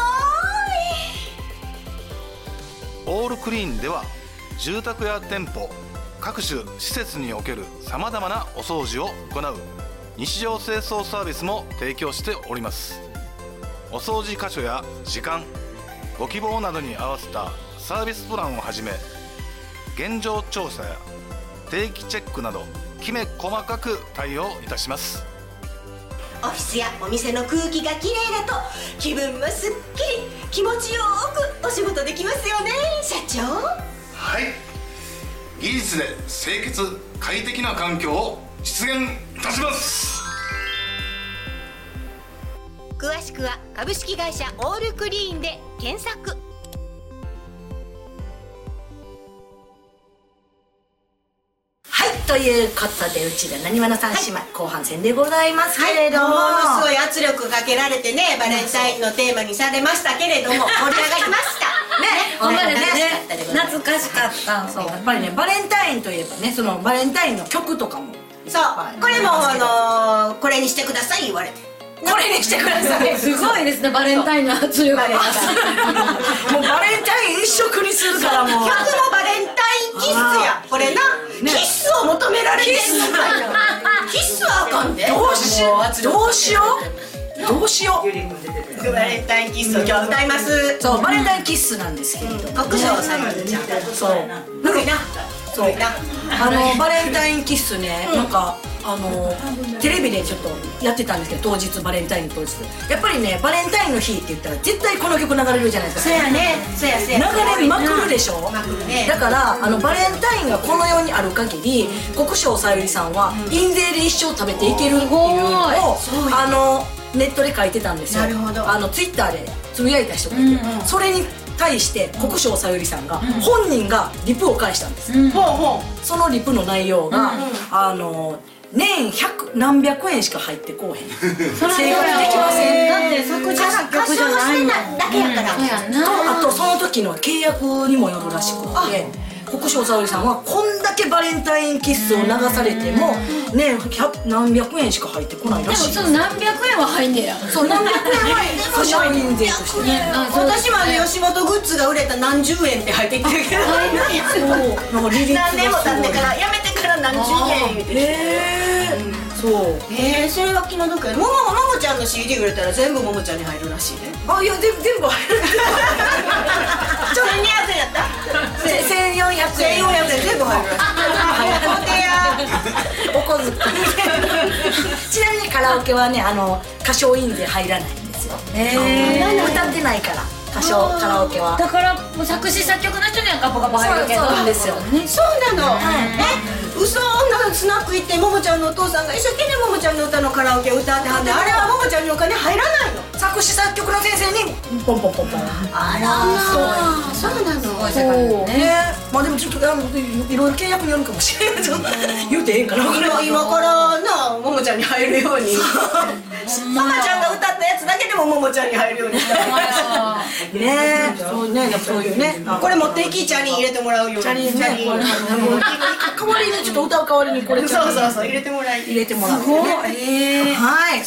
オールクリーンでは住宅や店舗、各種施設におけるさまざまなお掃除を行う日常清掃サービスも提供しております。お掃除箇所や時間、ご希望などに合わせたサービスプランをはじめ、現状調査や定期チェックなどきめ細かく対応いたします。 ごい。オフィスやお店の空気がきれいだと気分もすっきり気持ちよくお仕事できますよね社長。 はい、技術で清潔快適な環境を実現いたします。 詳しくは株式会社オールクリーンで検索。 はいということでうちでなにわの三姉妹、後半戦でございますけれども、 ものすごい圧力かけられてねバレンタインのテーマにされましたけれども盛り上がりましたね。 ほんまですね。 懐かしかったでございます。 懐かしかった。 そうやっぱりねバレンタインといえばねそのバレンタインの曲とかもそうこれもあのーこれにしてください言われてこれにしてくださいすごいですね、バレンタインの圧力が。 もうバレンタイン一色にするからもう曲もバレンタインキッスやこれな、 ねキッスを求められてるのかよ。キッスはあかんで。 どうしようどうしようどうしようバレンタインキッスを今日歌います。 そうバレンタインキッスなんですけれども、 国生さんにちゃんそうなんかなそうあのバレンタインキッスね、なんかあのテレビでちょっとやってたんですけど、当日バレンタイン当日やっぱりね、バレンタインの日って言ったら絶対この曲流れるじゃないですか。 そうやね、そうやそうや、 流れまくるでしょ。 まくるね。 だからあのバレンタインがこの世にある限り、国生さゆりさんは印税で一生食べていけるっていうのをあのネットで書いてたんですよ。 なるほど。 あのツイッターでつぶやいた人がいて、それに対して国生さゆりさんが本人がリプを返したんです。 ほうほう。 そのリプの内容があの年百何百円しか入ってこうへん、生活できません。 だって作詞作曲じゃないもんだけやから。 とあとその時の契約にもよるらしくて、国生さゆりさんはこんだけバレンタインキッスを流されても年何百円しか入ってこないらしい。 でもその何百円は入んねや。 そう、何百円は歌唱印税としてね。 私もあの吉本グッズが売れた何十円って入ってきてるけど、 なんか利率がすごい。 何年も経ってからやめてから何十円言うて。 へー、そう。 えー、それは気の毒や。ももももちゃんの シーディー 売れたら全部ももちゃんに入るらしいね。 あ、いや全部全部入る。 ちょっとにひゃくえんやった。 せんよんひゃくえん。 せんよんひゃくえん全部入るらしい。ほんでや。 お小遣い。ちなみにカラオケはね、あの歌唱印税入らないんですよ。歌ってないから歌唱カラオケは。 だから作詞作曲の人にはガポガポ入るけど。 そうなんですよ。 そうなの。え、嘘女スナック行ってももちゃんのお父さんが一生懸命ももちゃんの歌のカラオケを歌ってはんで、あれはももちゃんにお金入らないの。 作詞作曲の先生にポンポンポンポン。 あら、そうなの。 そうね。まあでもちょっとあのいろいろ契約によるかもしれない。ちょっと言うてええんかな。 今今からなももちゃんに入るように。ママちゃんが歌ったやつだけでもももちゃんに入るようにしたら。 ねえ、そうね、そういうね。 これ持っていきチャリン入れてもらうように。 チャリンね。代わりにちょっと歌う代わりにこれそうそうそう入れてもらい入れてもらう。 ええ。 はい。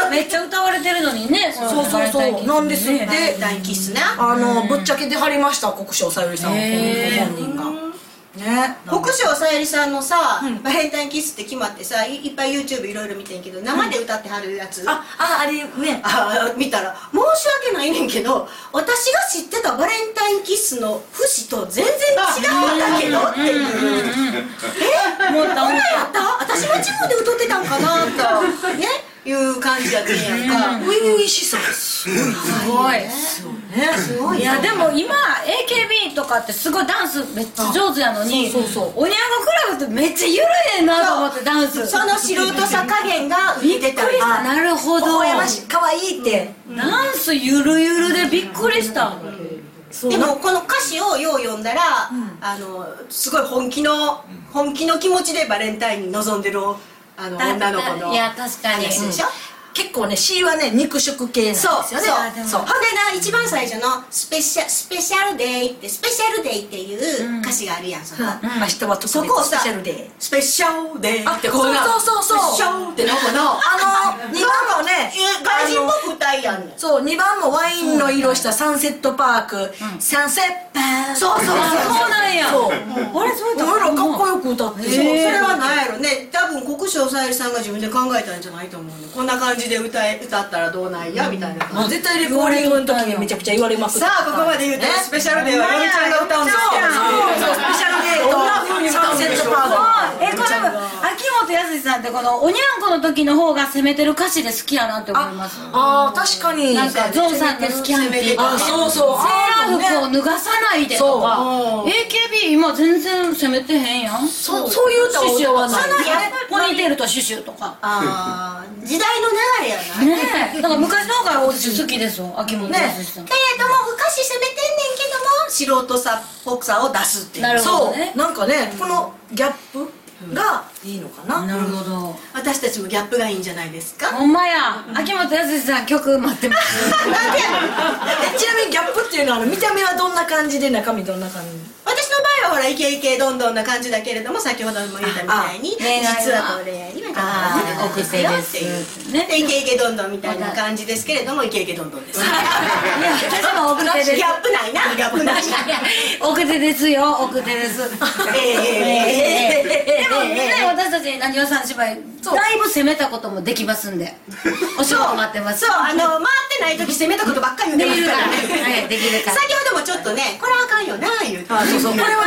めっちゃ歌われてるのにね。 そうそうそうなんですって。 バレンタインキッスな。 あのぶっちゃけ出はりました、国生さゆりさん本人が。ね。 国生さゆりさんのさバレンタインキッスって決まってさ、いっぱい YouTube いろいろ見てんけど生で歌ってはるやつ。 あああれね。 あ見たら申し訳ないねんけど、私が知ってたバレンタインキッスの節と全然違うんだけどっていう。え、もうダメやった？私間違いで歌ってたんかなとねいう感じやってんやんか。 初々しさすごい。 すごい。 すごい。 いやでも今 エーケービー とかってすごいダンスめっちゃ上手やのに、 そうそうおにゃんごクラブってめっちゃ緩いねんなと思ってダンス。 その素人さ加減が浮いてたり。 あ、なるほど。 微笑ましい、可愛いって。 ダンスゆるゆるでびっくりした。 でもこの歌詞をよう読んだら、あのすごい本気の本気の気持ちでバレンタインに臨んでるあの女の子の。 いや確かに。 話でしょ。 結構ね C はね肉食系なんですよね。 そうそう。ほんでな一番最初のスペシャスペシャルデイってスペシャルデイっていう歌詞があるやん。その明日は特別そこをさスペシャルデー。 スペシャルデイってあ、そうそうそうそう。 スペシャルってなんかな。 あのにばんもね、 外人っぽく歌いやんねん。 そうにばんもワインの色したサンセットパーク、サンセットパーク。 そうそうそうなんや。 そう。 あれそう俺らかっこよく歌って。 そう、それは何やろね。多分国生さゆりさんが自分で考えたんじゃないと思うね。こんな感じで歌え歌ったらどうなんやみたいな感じ。 絶対レコーディングの時にめちゃくちゃ言われます。 さあここまで言うてスペシャルデーはよみちゃんが歌うんですけど。 そうそう、スペシャルデーとサンセットパーク。 え、これ秋元康さんってこのおにゃんこの時の方が攻めてる歌詞で好きやなって思います。 ああ、確かに。 なんかゾウさんって好きやんっていうか、 あ、そうそう。 セーラー服を脱がさないでとか、 エーケービー 今全然攻めてへんやん。 そうそういう歌を歌わない。 ポニーテールとシュシュとか。 ああ、時代の流れやな。 ねえ、だから昔の方が私好きですよ、秋元康さん。 けれども歌詞攻めてんねんけども素人さっぽくさを出すっていう。 なるほどね。 そう、なんかね、このギャップがいいのかな。 なるほど。 私たちもギャップがいいんじゃないですか。 ほんまや、秋元康さん曲待ってます。 なんでやねん。 え、ちなみにギャップっていうのは見た目はどんな感じで中身どんな感じ？ 私の場合はほらイケイケどんどんな感じだけれども、先ほども言ったみたいに実はこれ恋愛にはちょっと奥手ですっていうね。イケイケどんどんみたいな感じですけれども、イケイケどんどんです。 いや、私も奥手です。 ギャップないな、ギャップないな。 奥手ですよ、奥手です。 ええでもね、私たちなにわさん芝居だいぶ攻めたこともできますんで、お仕事待ってます。 そう、あの回ってない時攻めたことばっかり言ってますからね。 はい、できるから。 先ほどもちょっとね、これあかんよな言うて。 そうそう、これは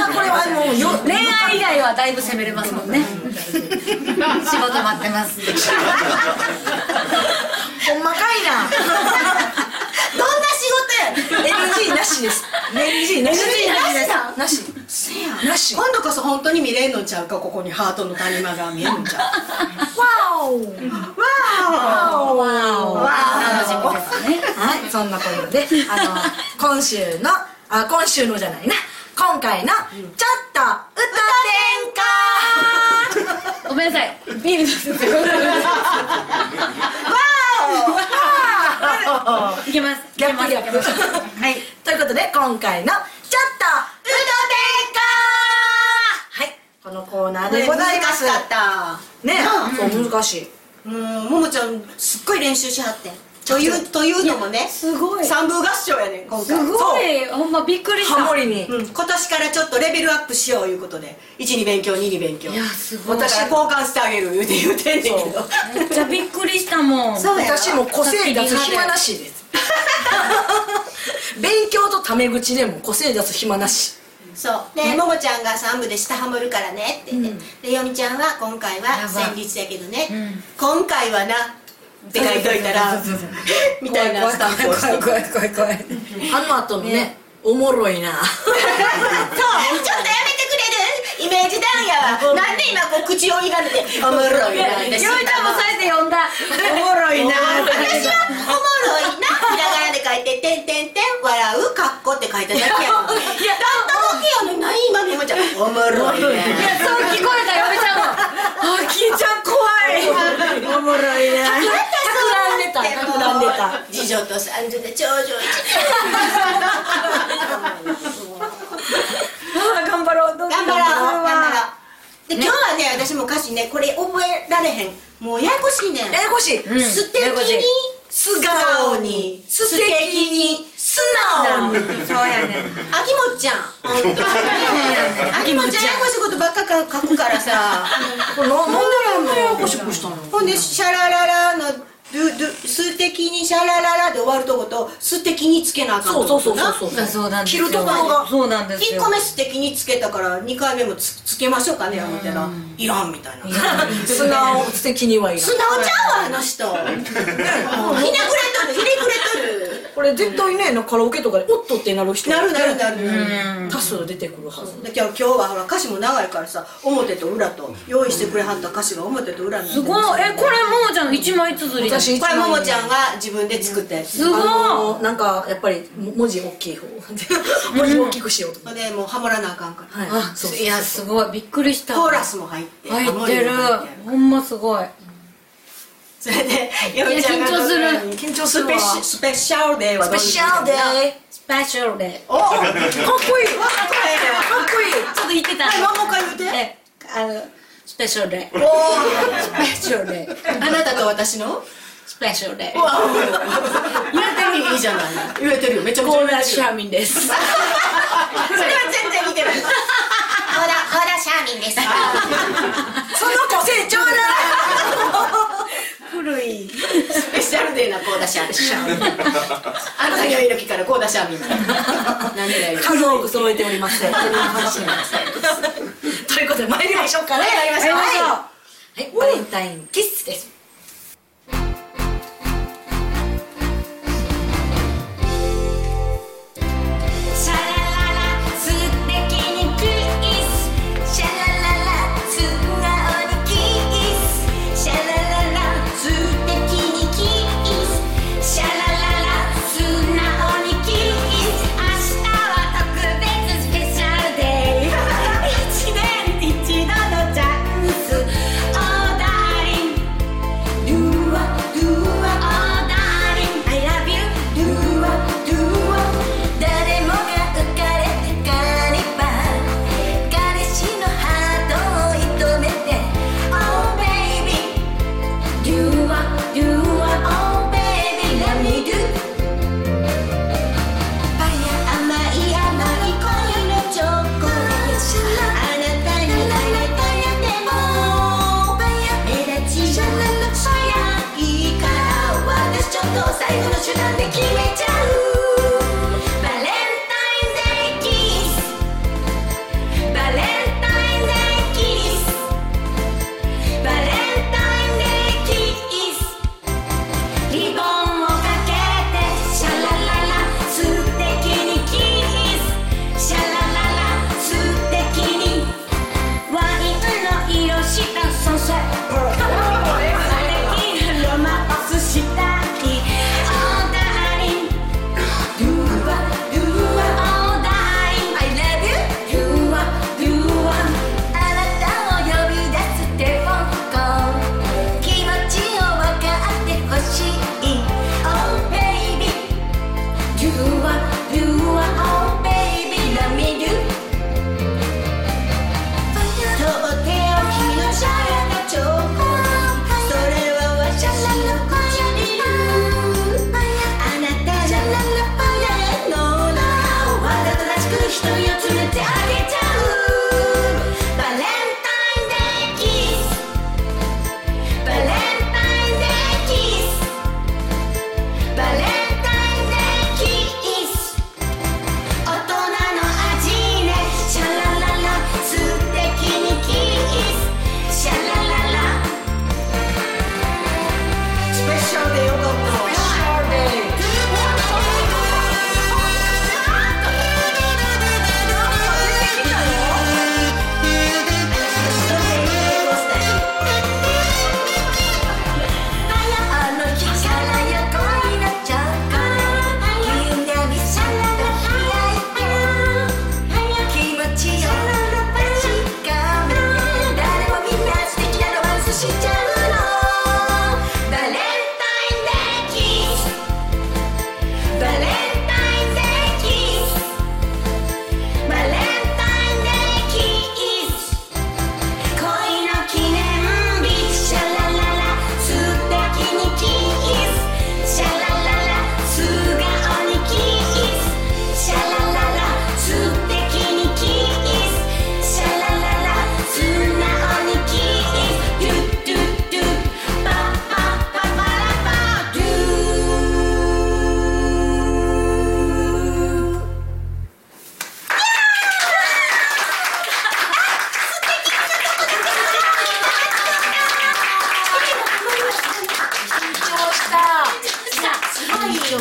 あこれはもうよ恋愛以外はだいぶ攻めれますもんね。仕事待ってますほんまかいなどんな仕事やねん。 エヌジー なしです。 エヌジー なしエヌジー なしだなしせやなし。 今度こそ本当に見れんのちゃうか。ここにハートの谷間が見えるんちゃう。 わおわわおわお楽しみですね。 はい、そんなことであの今週のあ今週のじゃないな今回のちょっと歌てんかごめんなさい、ビールです。いけます。 ギャップギャップはいということで今回のちょっと歌てんかはいこのコーナーでございます。 難しかったねそう難しい。 うんももちゃんすっごい練習しはってんというというのもねすごい三部合唱やねん今回。 すごい、ほんまびっくりした。 ハモリにうん、今年からちょっとレベルアップしよういうことでいちに勉強にに勉強。 いやすごい。 私交換してあげる言うて言うてんねんけど。 めっちゃびっくりしたもん。 そうや私も個性出す暇なしです勉強とタメ口でも個性出す暇なし。 そうで、ももちゃんがさん部で下ハモるからねって言って、でよみちゃんは今回は戦慄やけどね、今回はなって書いといたらみたいなスタンプをして怖い怖い怖い怖いあの後のねおもろいなそうちょっとやめてくれるイメージダウンやわ。なんで今こう口をいがめておもろいなってよいちゃんもそうやって呼んだ。 おもろいな私はおもろいなひらがなで書いて「てんてんてん笑うかっこ」って書いただけやのに。いやだっただけやのに何今のもちゃんおもろいね。 いやそう聞こえたよみちゃんも。あきーちゃん怖い。 おもろいなまた膨らんでた膨らんでた次女と三女で頂上一頑張ろう。 頑張ろう頑張ろう。で今日はね私も歌詞ねこれ覚えられへんもうややこしいねん。 ややこしい素敵に素顔に素敵に素直に。 そうやねん。 あきもっちゃん本当あきもっちゃんややこしいことばっかか書くからさこれななんであんなややこしくしたの。 ほんでシャラララのドゥドゥ素敵にシャラララで終わるとこと素敵につけなあかんそうそうそうなそうそうそうなんですよ。 切るところがそうなんですいっよ。 こめ素敵につけたからにかいめも つ, つけましょうかね思ったらいらんみたいな。 素直素敵にはいらん素直ちゃうわあの人ひねくれとるひねくれとるこれ絶対ねカラオケとかで「おっと」ってなる人なるなるなる多数出てくるはず。 で今日今日はほら歌詞も長いからさ表と裏と用意してくれはった歌詞が表と裏になってるすごい。えこれももちゃんの一枚綴りだ。 私これももちゃんが自分で作ったやつ。 すごい。 あのなんかやっぱり文字大きい方文字大きくしようと思ってでもうハモらなあかんからはいあいやすごいびっくりした。 コーラスも入って入ってる。 ハモリも入ってほんますごい。 それでよみちゃんが緊張する緊張するわスペシスペシャルデーはスペシャルデースペシャルで。 おおかっかっこいいかっこいいちょっと言ってた。 もう一回言うてえあのスペシャルで。 おスペシャルで。 あなたと私のスペシャルで。 言えてるいいじゃない言えてるよめちゃくちゃコーラシャーミンです。 それは全然似てない。 ほらほらシャーミンですその子成長だ古い。 スペシャルデーなコーダシャーミンあの時の時からコーダシャーミン何がいい数多く揃えておりますということで参りましょうかね。 参りましょうはいバレンタインキッスです。 シャラララ素敵にキスシャラララ素顔にキスシャラララ素敵にキスシャラララ素直にキス明日は特別スペシャルデー一年一度のチャンスオーダーリンドゥワドゥワオーダーリン I love you ドゥワドゥワ誰もが浮かれてからにば彼氏のハートを射止めて Oh baby Do what do what Oh baby let me do パヤ甘い甘い恋のチョコレートあなたにあなたやでも目立ちじゃなくそやいいから私ちょっと最後の手段で決めちゃうバレンタインデーキス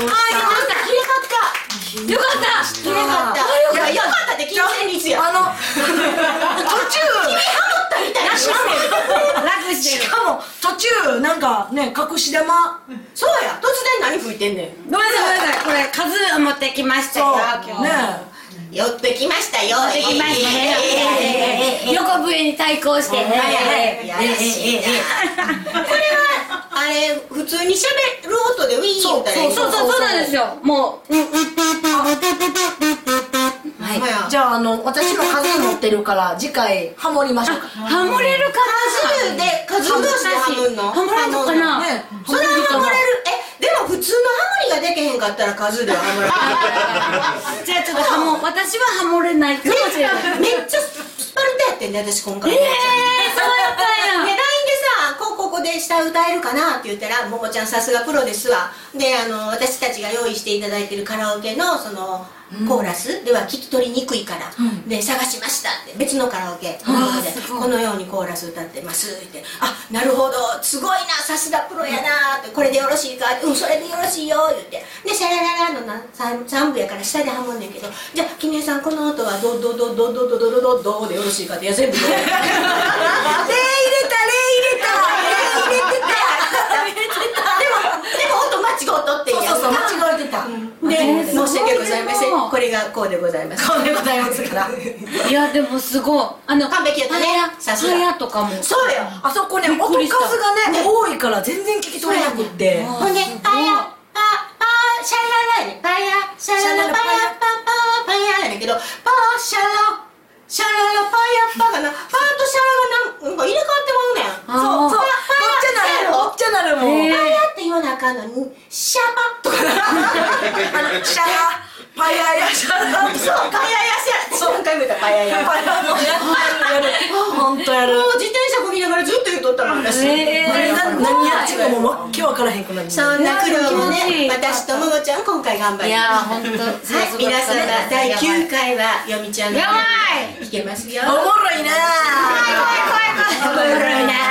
した。 きれかった。 よかったきれかった。いや、よかったって金銭率や。 あの途中君ハモったみたいな。 楽してる。 しかも途中なんかね隠し玉。 そうや。突然何吹いてんねん。 ごめんなさいごめんなさい。これ数持ってきましたよ今日。 ね寄ってきましたよ。 持ってきましたね。横笛に対抗して。 やらしいな。これはあれ普通に喋る音でウィーン言うたらいい。 そうそうそうなんですよ。もう。 はい。じゃああの私も数持ってるから次回ハモりましょうか。 ハモれるか数で数同士でハモんの？ ハモれるのかな。 ね。 それはハモれる。え、でも普通のハモリができへんかったら数ではハモられる。 じゃあちょっとハモ私はハモれないかもしれない。 めっちゃスパルタやってんね私今回。 ええそうやったんや。 で ライン でさ、こうここで下歌えるかなって言ったら、ももちゃんさすがプロですわ。で、あの私たちが用意していただいてるカラオケのそのコーラスでは聞き取りにくいから、で探しましたって別のカラオケの方でこのようにコーラス歌ってますって、あ、なるほど、すごいな、さすがプロやなって、これでよろしいかって、うん、それでよろしいよ言って、でシャラララのなさん部やから下でハモんねんけど、じゃあ君江さんこの音はドドドドドドドドドドでよろしいかって、いや全部ド。礼入れた礼入れた礼入れてた。でもでも音間違うとってんや。 そうそう間違えてた。 で、申し訳ございません。これがこうでございます。 こうでございますから。 いやでもすごいあの完璧やったね。さすが。 パヤとかもそうよ。 あそこね音数がね多いから全然聞き取れなくって。 ほんでパヤパパシャララやね。パヤシャララパヤパパパヤやねんけど、パシャラシャララパヤパがな、パとシャラがなんか入れ替わってまうねん。 そうそう。ごっちゃなるもん。 パヤって言わなあかんのにシャパとかな。 あのシャラパヤヤシャラ。 そうパヤヤシャラ。そう何回も言ったパヤヤ。 パヤもやるやる。本当やる。 もう自転車こぎながらずっと言うとったもん私。 何やってももうわけわからへんくなる。 そんな苦労もね、私とももちゃん今回頑張ります。 いや本当。はい皆様だいきゅうかいはよみちゃんのやばいいけますよ。 おもろいな。 おもろいな。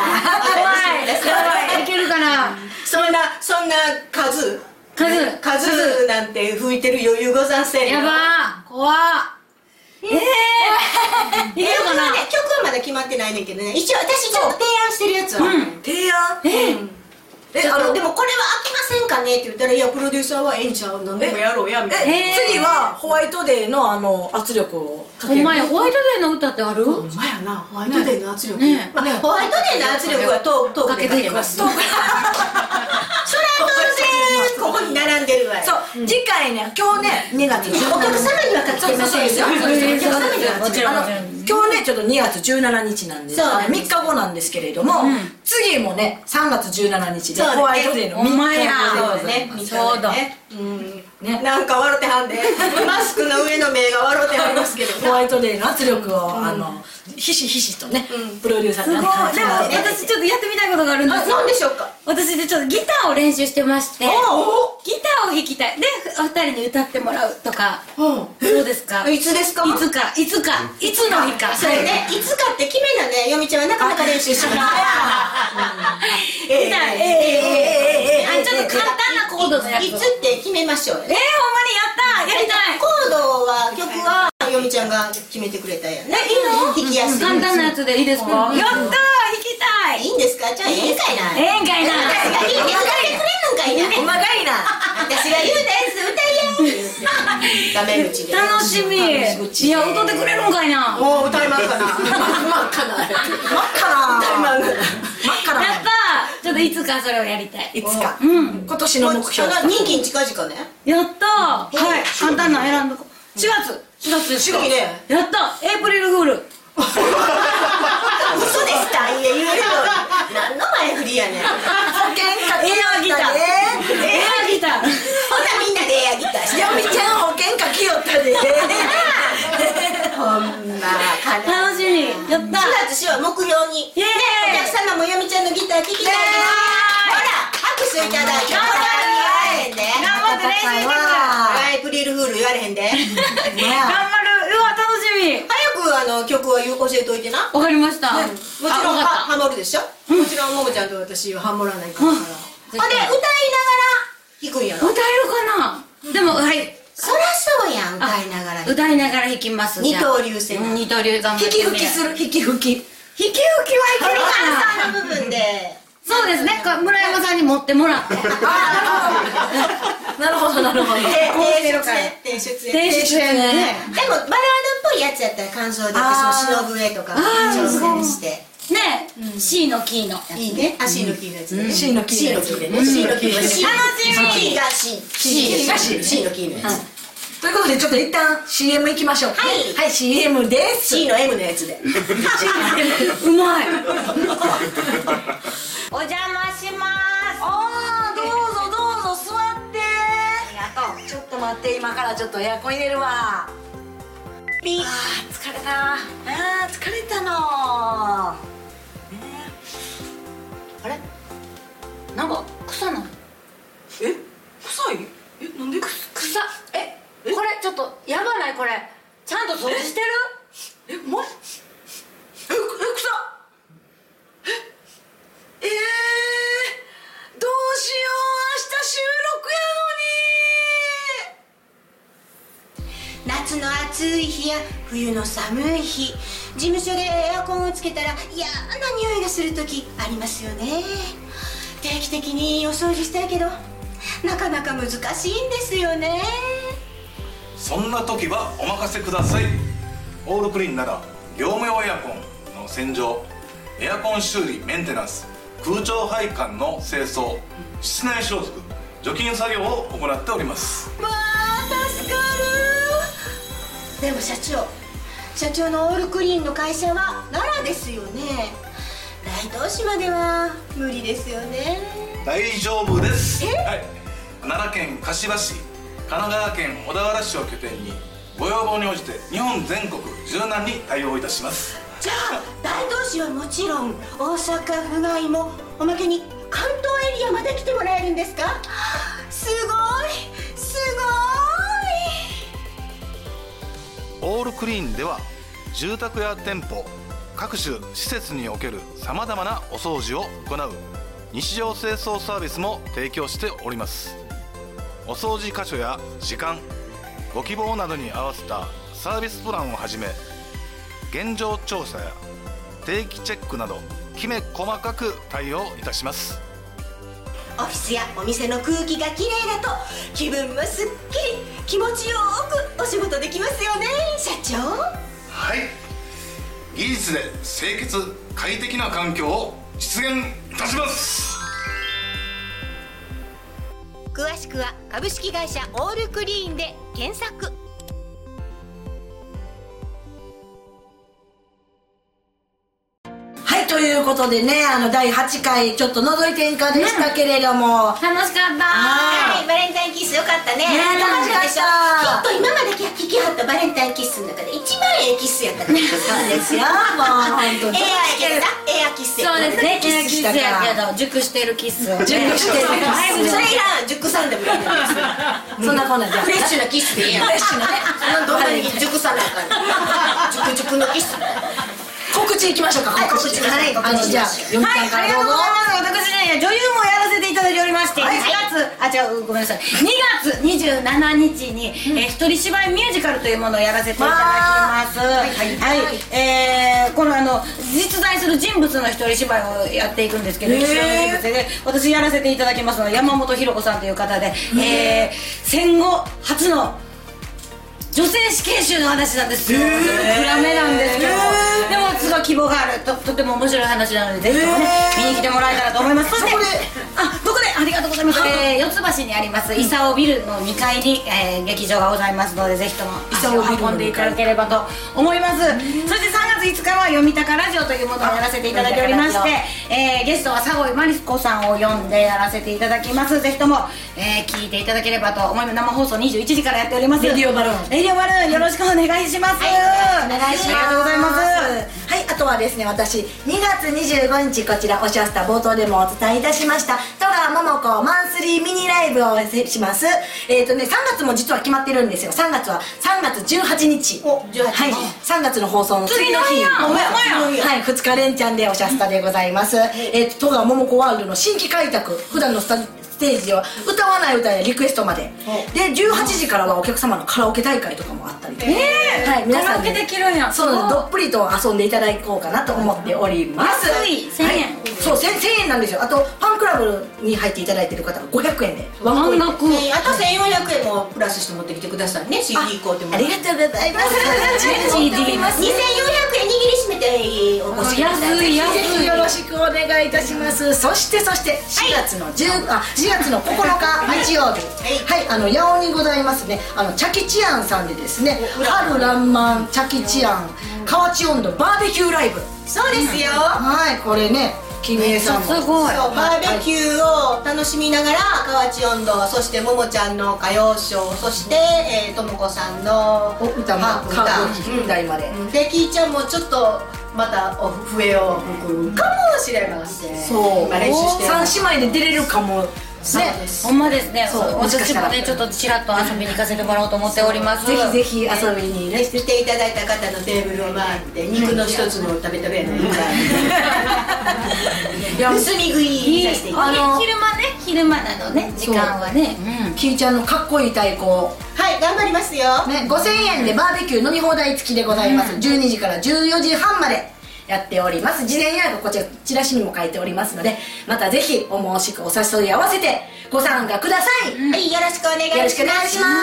やばいいけるかな。 そんなそんな数数数なんて吹いてる余裕ござんせんよ。 やばー怖っ。ええいけるかな。 曲はまだ決まってないねんけどね、一応私ちょっと提案してるやつは提案。 え、あのでもこれは飽きませんかねって言ったら、いやプロデューサーはええんちゃう、何でもやろうやみたいな。 え次はホワイトデーのあの圧力をかける。 ほんまやホワイトデーの歌ってある？ ほんまやな、ホワイトデーの圧力。 ねまあホワイトデーの圧力はトークでかけます。それは当然ここに並んでるわよ。 そう次回ね今日ねにがつじゅうおなな客様にはかけてませんよ。お客様にはもちろんあの今日ねちょっとにがつじゅうしちにちなんでそうなんですみっかごなんですけれども、次もねさんがつじゅうしちにちでそうだねホワイトデーのみっかごでございますね、 そうだね。うんねなんか笑ってはんで、マスクの上の目が笑ってはりますけど。 ホワイトデーの圧力をあのひしひしとねプロデューサーにすごい。でも私ちょっとやってみたいことがあるんです。 なんでしょうか。 私でちょっとギターを練習してまして、ギターを弾きたいでお二人に歌ってもらうとかどうですか？ いつですか？ いつかいつかいつの日か。 それね、いつかって決めなね、よみちゃんはなかなか練習しない。 ええええあちょっと簡単なコードのやつ。 いつって決めましょうよ。 えー、ほんまにやったやりたい。 コードは曲はよみちゃんが決めてくれたやんね。いいの？弾きやすい。 簡単なやつでいいですか？やったー弾きたい。 いいんですか？じゃあええかいな。 ええんかいな。 私がいいです歌ってくれるんかいな。 細かいな。 私が言うです歌いやんって言って画面口で楽しみ。いや歌ってくれるんかいな。 もう歌いますかな。 真っ赤な真っ赤な真っ赤なやったー。ちょっといつかそれをやりたい。 いつかうん今年の目標人気に近々ね。 やったー。はい簡単なの選んどこう。しがつしがつですか。 いいね。 やったエイプリルフール。 嘘でしたいや言うけど何の前振りやねん。 保険かけエアギター。エアギター。 ほなみんなでエアギターして。 よみちゃん保険かけよったでほんまかな。 楽しみ。やったしがつしは目標に。 イエーイ。 お客様もよみちゃんのギター聴きたいです。ほら拍手いただいて。頑張ってね。 頑張って練習してくだエイプリルフール言われへんで。 頑張る。うわ楽しみ。 早くあの曲は教えといてな。 わかりました。 もちろんあわかハモるでしょ。もちろんももちゃんと私はハモらないから。ほんで歌いながら弾くんやろ。 歌えるかな。でもはいそらそうやん、歌いながら。 歌いながら弾きます。 二刀流せな。 二刀流頑張引ってき吹きする、引き吹き。 引き吹きはいけるかな。 さんの部分で。 そうですね、こ村山さんに持ってもらって。 なるほどなるほど。 こうしてるから提出提出演ね。 でもバラードっぽいやつやったら感想だけその忍笛とか挑戦してね、C のキーのやついいね。あ、C のキーのやつね。 C のキーのやつ C のキーでね。C のキーのやつ。 楽しみ。 C が C。C が C。C のキーのやつ。 ということでちょっと一旦 シーエム 行きましょう。 はいはい、シーエム です。 C の M のやつで。 うまい。お邪魔します。 あー、どうぞどうぞ座って。 ありがとう。 ちょっと待って、今からちょっとエアコン入れるわ。 ピー。 あー、疲れた。あー、疲れたの。ね、 あれなんか草ない。 え、臭い？え、なんで？ 草。え、これちょっとやばないこれ。ちゃんと掃除してる？ え、お前？え、え、草？え、えー、どうしよう、明日収録やのに。 夏の暑い日や冬の寒い日、事務所でエアコンをつけたら嫌な匂いがする時ありますよね。定期的にお掃除したいけどなかなか難しいんですよね。 そんな時はお任せください。オールクリーンなら業務用エアコンの洗浄、エアコン修理メンテナンス、空調配管の清掃、室内消毒、除菌作業を行っております。 わあ、助かる。でも社長社長のオールクリーンの会社は奈良ですよね。大東市までは無理ですよね。 大丈夫です。はい、奈良県柏市、神奈川県小田原市を拠点にご要望に応じて日本全国柔軟に対応いたします。 じゃあ大東市はもちろん大阪府外もおまけに関東エリアまで来てもらえるんですか？すごいすオールクリーンでは住宅や店舗、各種施設におけるさまざまなお掃除を行う日常清掃サービスも提供しております。お掃除箇所や時間、ご希望などに合わせたサービスプランをはじめ、現状調査や定期チェックなどきめ細かく対応いたします。 オフィスやお店の空気がきれいだと気分もすっきり気持ちよくお仕事できますよね、社長。 はい、技術で清潔快適な環境を実現いたします。 詳しくは株式会社オールクリーンで検索。 はい、ということでね、あのだいはちかいちょっと覗いてんかでしたけれども、 楽しかった。 はい、バレンタインキッスよかったね。 ね、楽しかった。 きっと今まで聞きはったバレンタインキッスの中で一番ええキッスやったから。 そうですよ、もう本当にエアやけどな、エアキッスやそうですね、 キスしたからキスやけど熟してるキスをね。 熟してるキスそれいらん、熟さんでもいいんですよ。 そんなこんなんじゃフレッシュなキスでいいやん。 フレッシュなね、 どんなに熟さなあかん。熟熟のキス。 告知いきましょうか。 はい、告知。はい、 あのじゃあよみちゃんからどうぞ。 はい、ありがとうございます。私ね、女優もやらせていただいておりまして、 はいいちがつ、あ、違う、ごめんなさい、にがつにじゅうしちにちに、えー一人芝居ミュージカルというものをやらせていただきます。はい、はい、えーこのあの実在する人物の一人芝居をやっていくんですけど、 へー一人の人物で私やらせていただきますのは山本ひろ子さんという方で、えー戦後初の女性死刑囚の話なんですよ。暗めなんですけど、でもすごい希望がある、ととても面白い話なので、ぜひともね見に来てもらえたらと思います。そして、あ、どこで、ありがとうございます。えー四つ橋にあります伊佐ビルのにかいに、えー劇場がございますので、ぜひとも足を運んでいただければと思います。そしてさんがついつかは読みたかラジオというものをやらせていただいておりまして、えーゲストは佐越真理子さんを呼んでやらせていただきます。ぜひとも、えー聞いていただければと思います。生放送にじゅういちじからやっております。 レディオバルーンレディオバルーン、よろしくお願いします。 お願いします。 ありがとうございます。 はい、あとはですね、私にがつにじゅうごにち、こちらおしゃスタ冒頭でもお伝えいたしました戸川桃子マンスリーミニライブをします。えっとね、さんがつも実は決まってるんですよ。さんがつはさんがつじゅうはちにち、 じゅうはちはい、さんがつの放送の次の日、 次の日やん、お前はい、ふつか連チャンでおしゃスタでございます。えっと戸川桃子ワールドの新規開拓、普段のスタスステージでは歌わない歌やリクエストまででじゅうはちじからはお客様のカラオケ大会とかもあったりとか、 えー、 はい、皆さんカラオケできるんや。 そうなんです。どっぷりと遊んでいただこうかなと思っております。 安いせんえん、 はい、そうせんえんなんですよ。あとファンクラブに入っていただいている方はごひゃくえんでワンコインで、 えー、あとせんよんひゃくえんもプラスして持ってきてくださいね。 シーディー 買うてもらありがとうございます。 シーディーにせんよんひゃくえん握りしめてお越しください。 安い安い。 ぜひよろしくお願いいたします。そしてそしてしがつのじゅう、あしがつのここのか日曜日、はい、あの八尾にございますね、あのチャキチアンさんでですね、春らんまんチャキチアン河内温度バーベキューライブ。 そうですよ。 はい、これね、君江さんもすごい。 そうバーベキューを楽しみながら河内音頭、そしてももちゃんの歌謡ショー、そしてえーともこさんのお歌もはカード台まで、 うんできーちゃんもちょっとまたお笛を吹くかもしれません。 そう今練習してます。 三姉妹で出れるかも。 そうです。 ほんまですね。 そうもしかしたら私もねちょっとちらっと遊びに行かせてもらおうと思っております。 ぜひぜひ遊びにね、 来ていただいた方のテーブルを回って肉の一つの食べ食べやないかいや盗み食いさせていただいて、 あの昼間ね、昼間なのね、時間はね。 きーちゃんのかっこいい太鼓、 はい頑張りますよ。 ね、ごせんえんでバーベキュー飲み放題付きでございます、じゅうにじからじゅうよじはんまでやっております。事前予約こちらチラシにも書いておりますので、またぜひお申しくお誘い合わせてご参加ください、 はい、よろしくお願いします。 よろしくお願いします。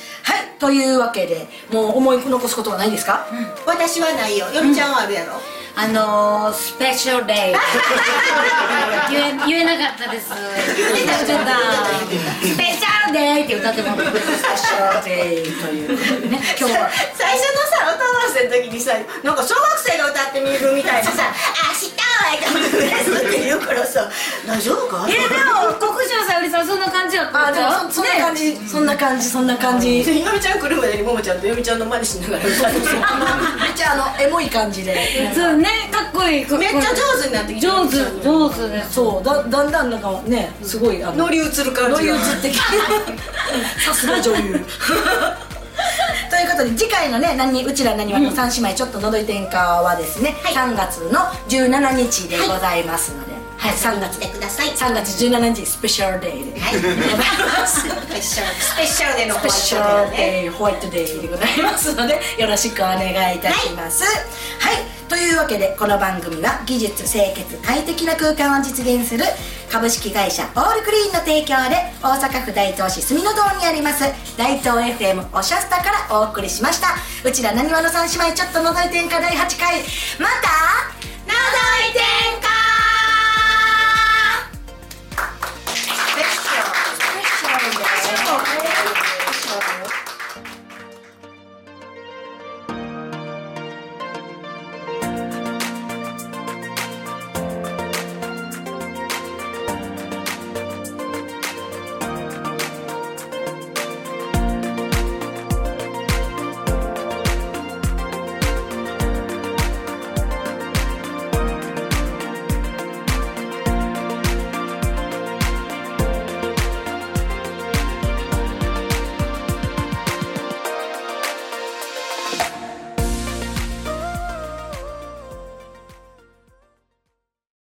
はい、というわけでもう思い残すことはないですか？ 私はないよ。よみちゃんはあるやろ。 あのー、スペシャルデイ言え言えなかったです。言えなかったスペシャルデイって歌ってもらってスペシャルデイということでね、今日は最初のさ歌合わせの時にさ、なんか小学生が歌ってみるみたいなさ「あしたわいかもです」って言うからさ大丈夫か？ えでも国生さゆりさんそんな感じやったあでも そ, そんな感じ、そんな感じそんな感じでよみちゃん来るまでにももちゃんとよみちゃんの真似しながら歌ってさめっちゃあのエモい感じでそうね、かっこいい。 めっちゃ上手になってきて上手上手です。 そう だ, だんだんなんかねすごいあの乗り移る感じが乗り移ってきてさすが女優ということで次回のね何うちらなにわの三姉妹ちょっとのどいてんかはですね、 はい、 さんがつのじゅうしちにちでございますので、はい、さんがつでください。 さんがつじゅうしちにちスペシャルデーで、はい、ございますスペシャルスペシャルデーのスペシャルデーホワイトデーでございますのでよろしくお願いいたします。はい、はい、というわけでこの番組は技術清潔快適な空間を実現する株式会社オールクリーンの提供で大阪府大東市住の堂にあります大東 エフエム おしゃスタからお送りしました。うちらなにわの三姉妹ちょっとのぞいてんかだいはちかい、またのぞいてー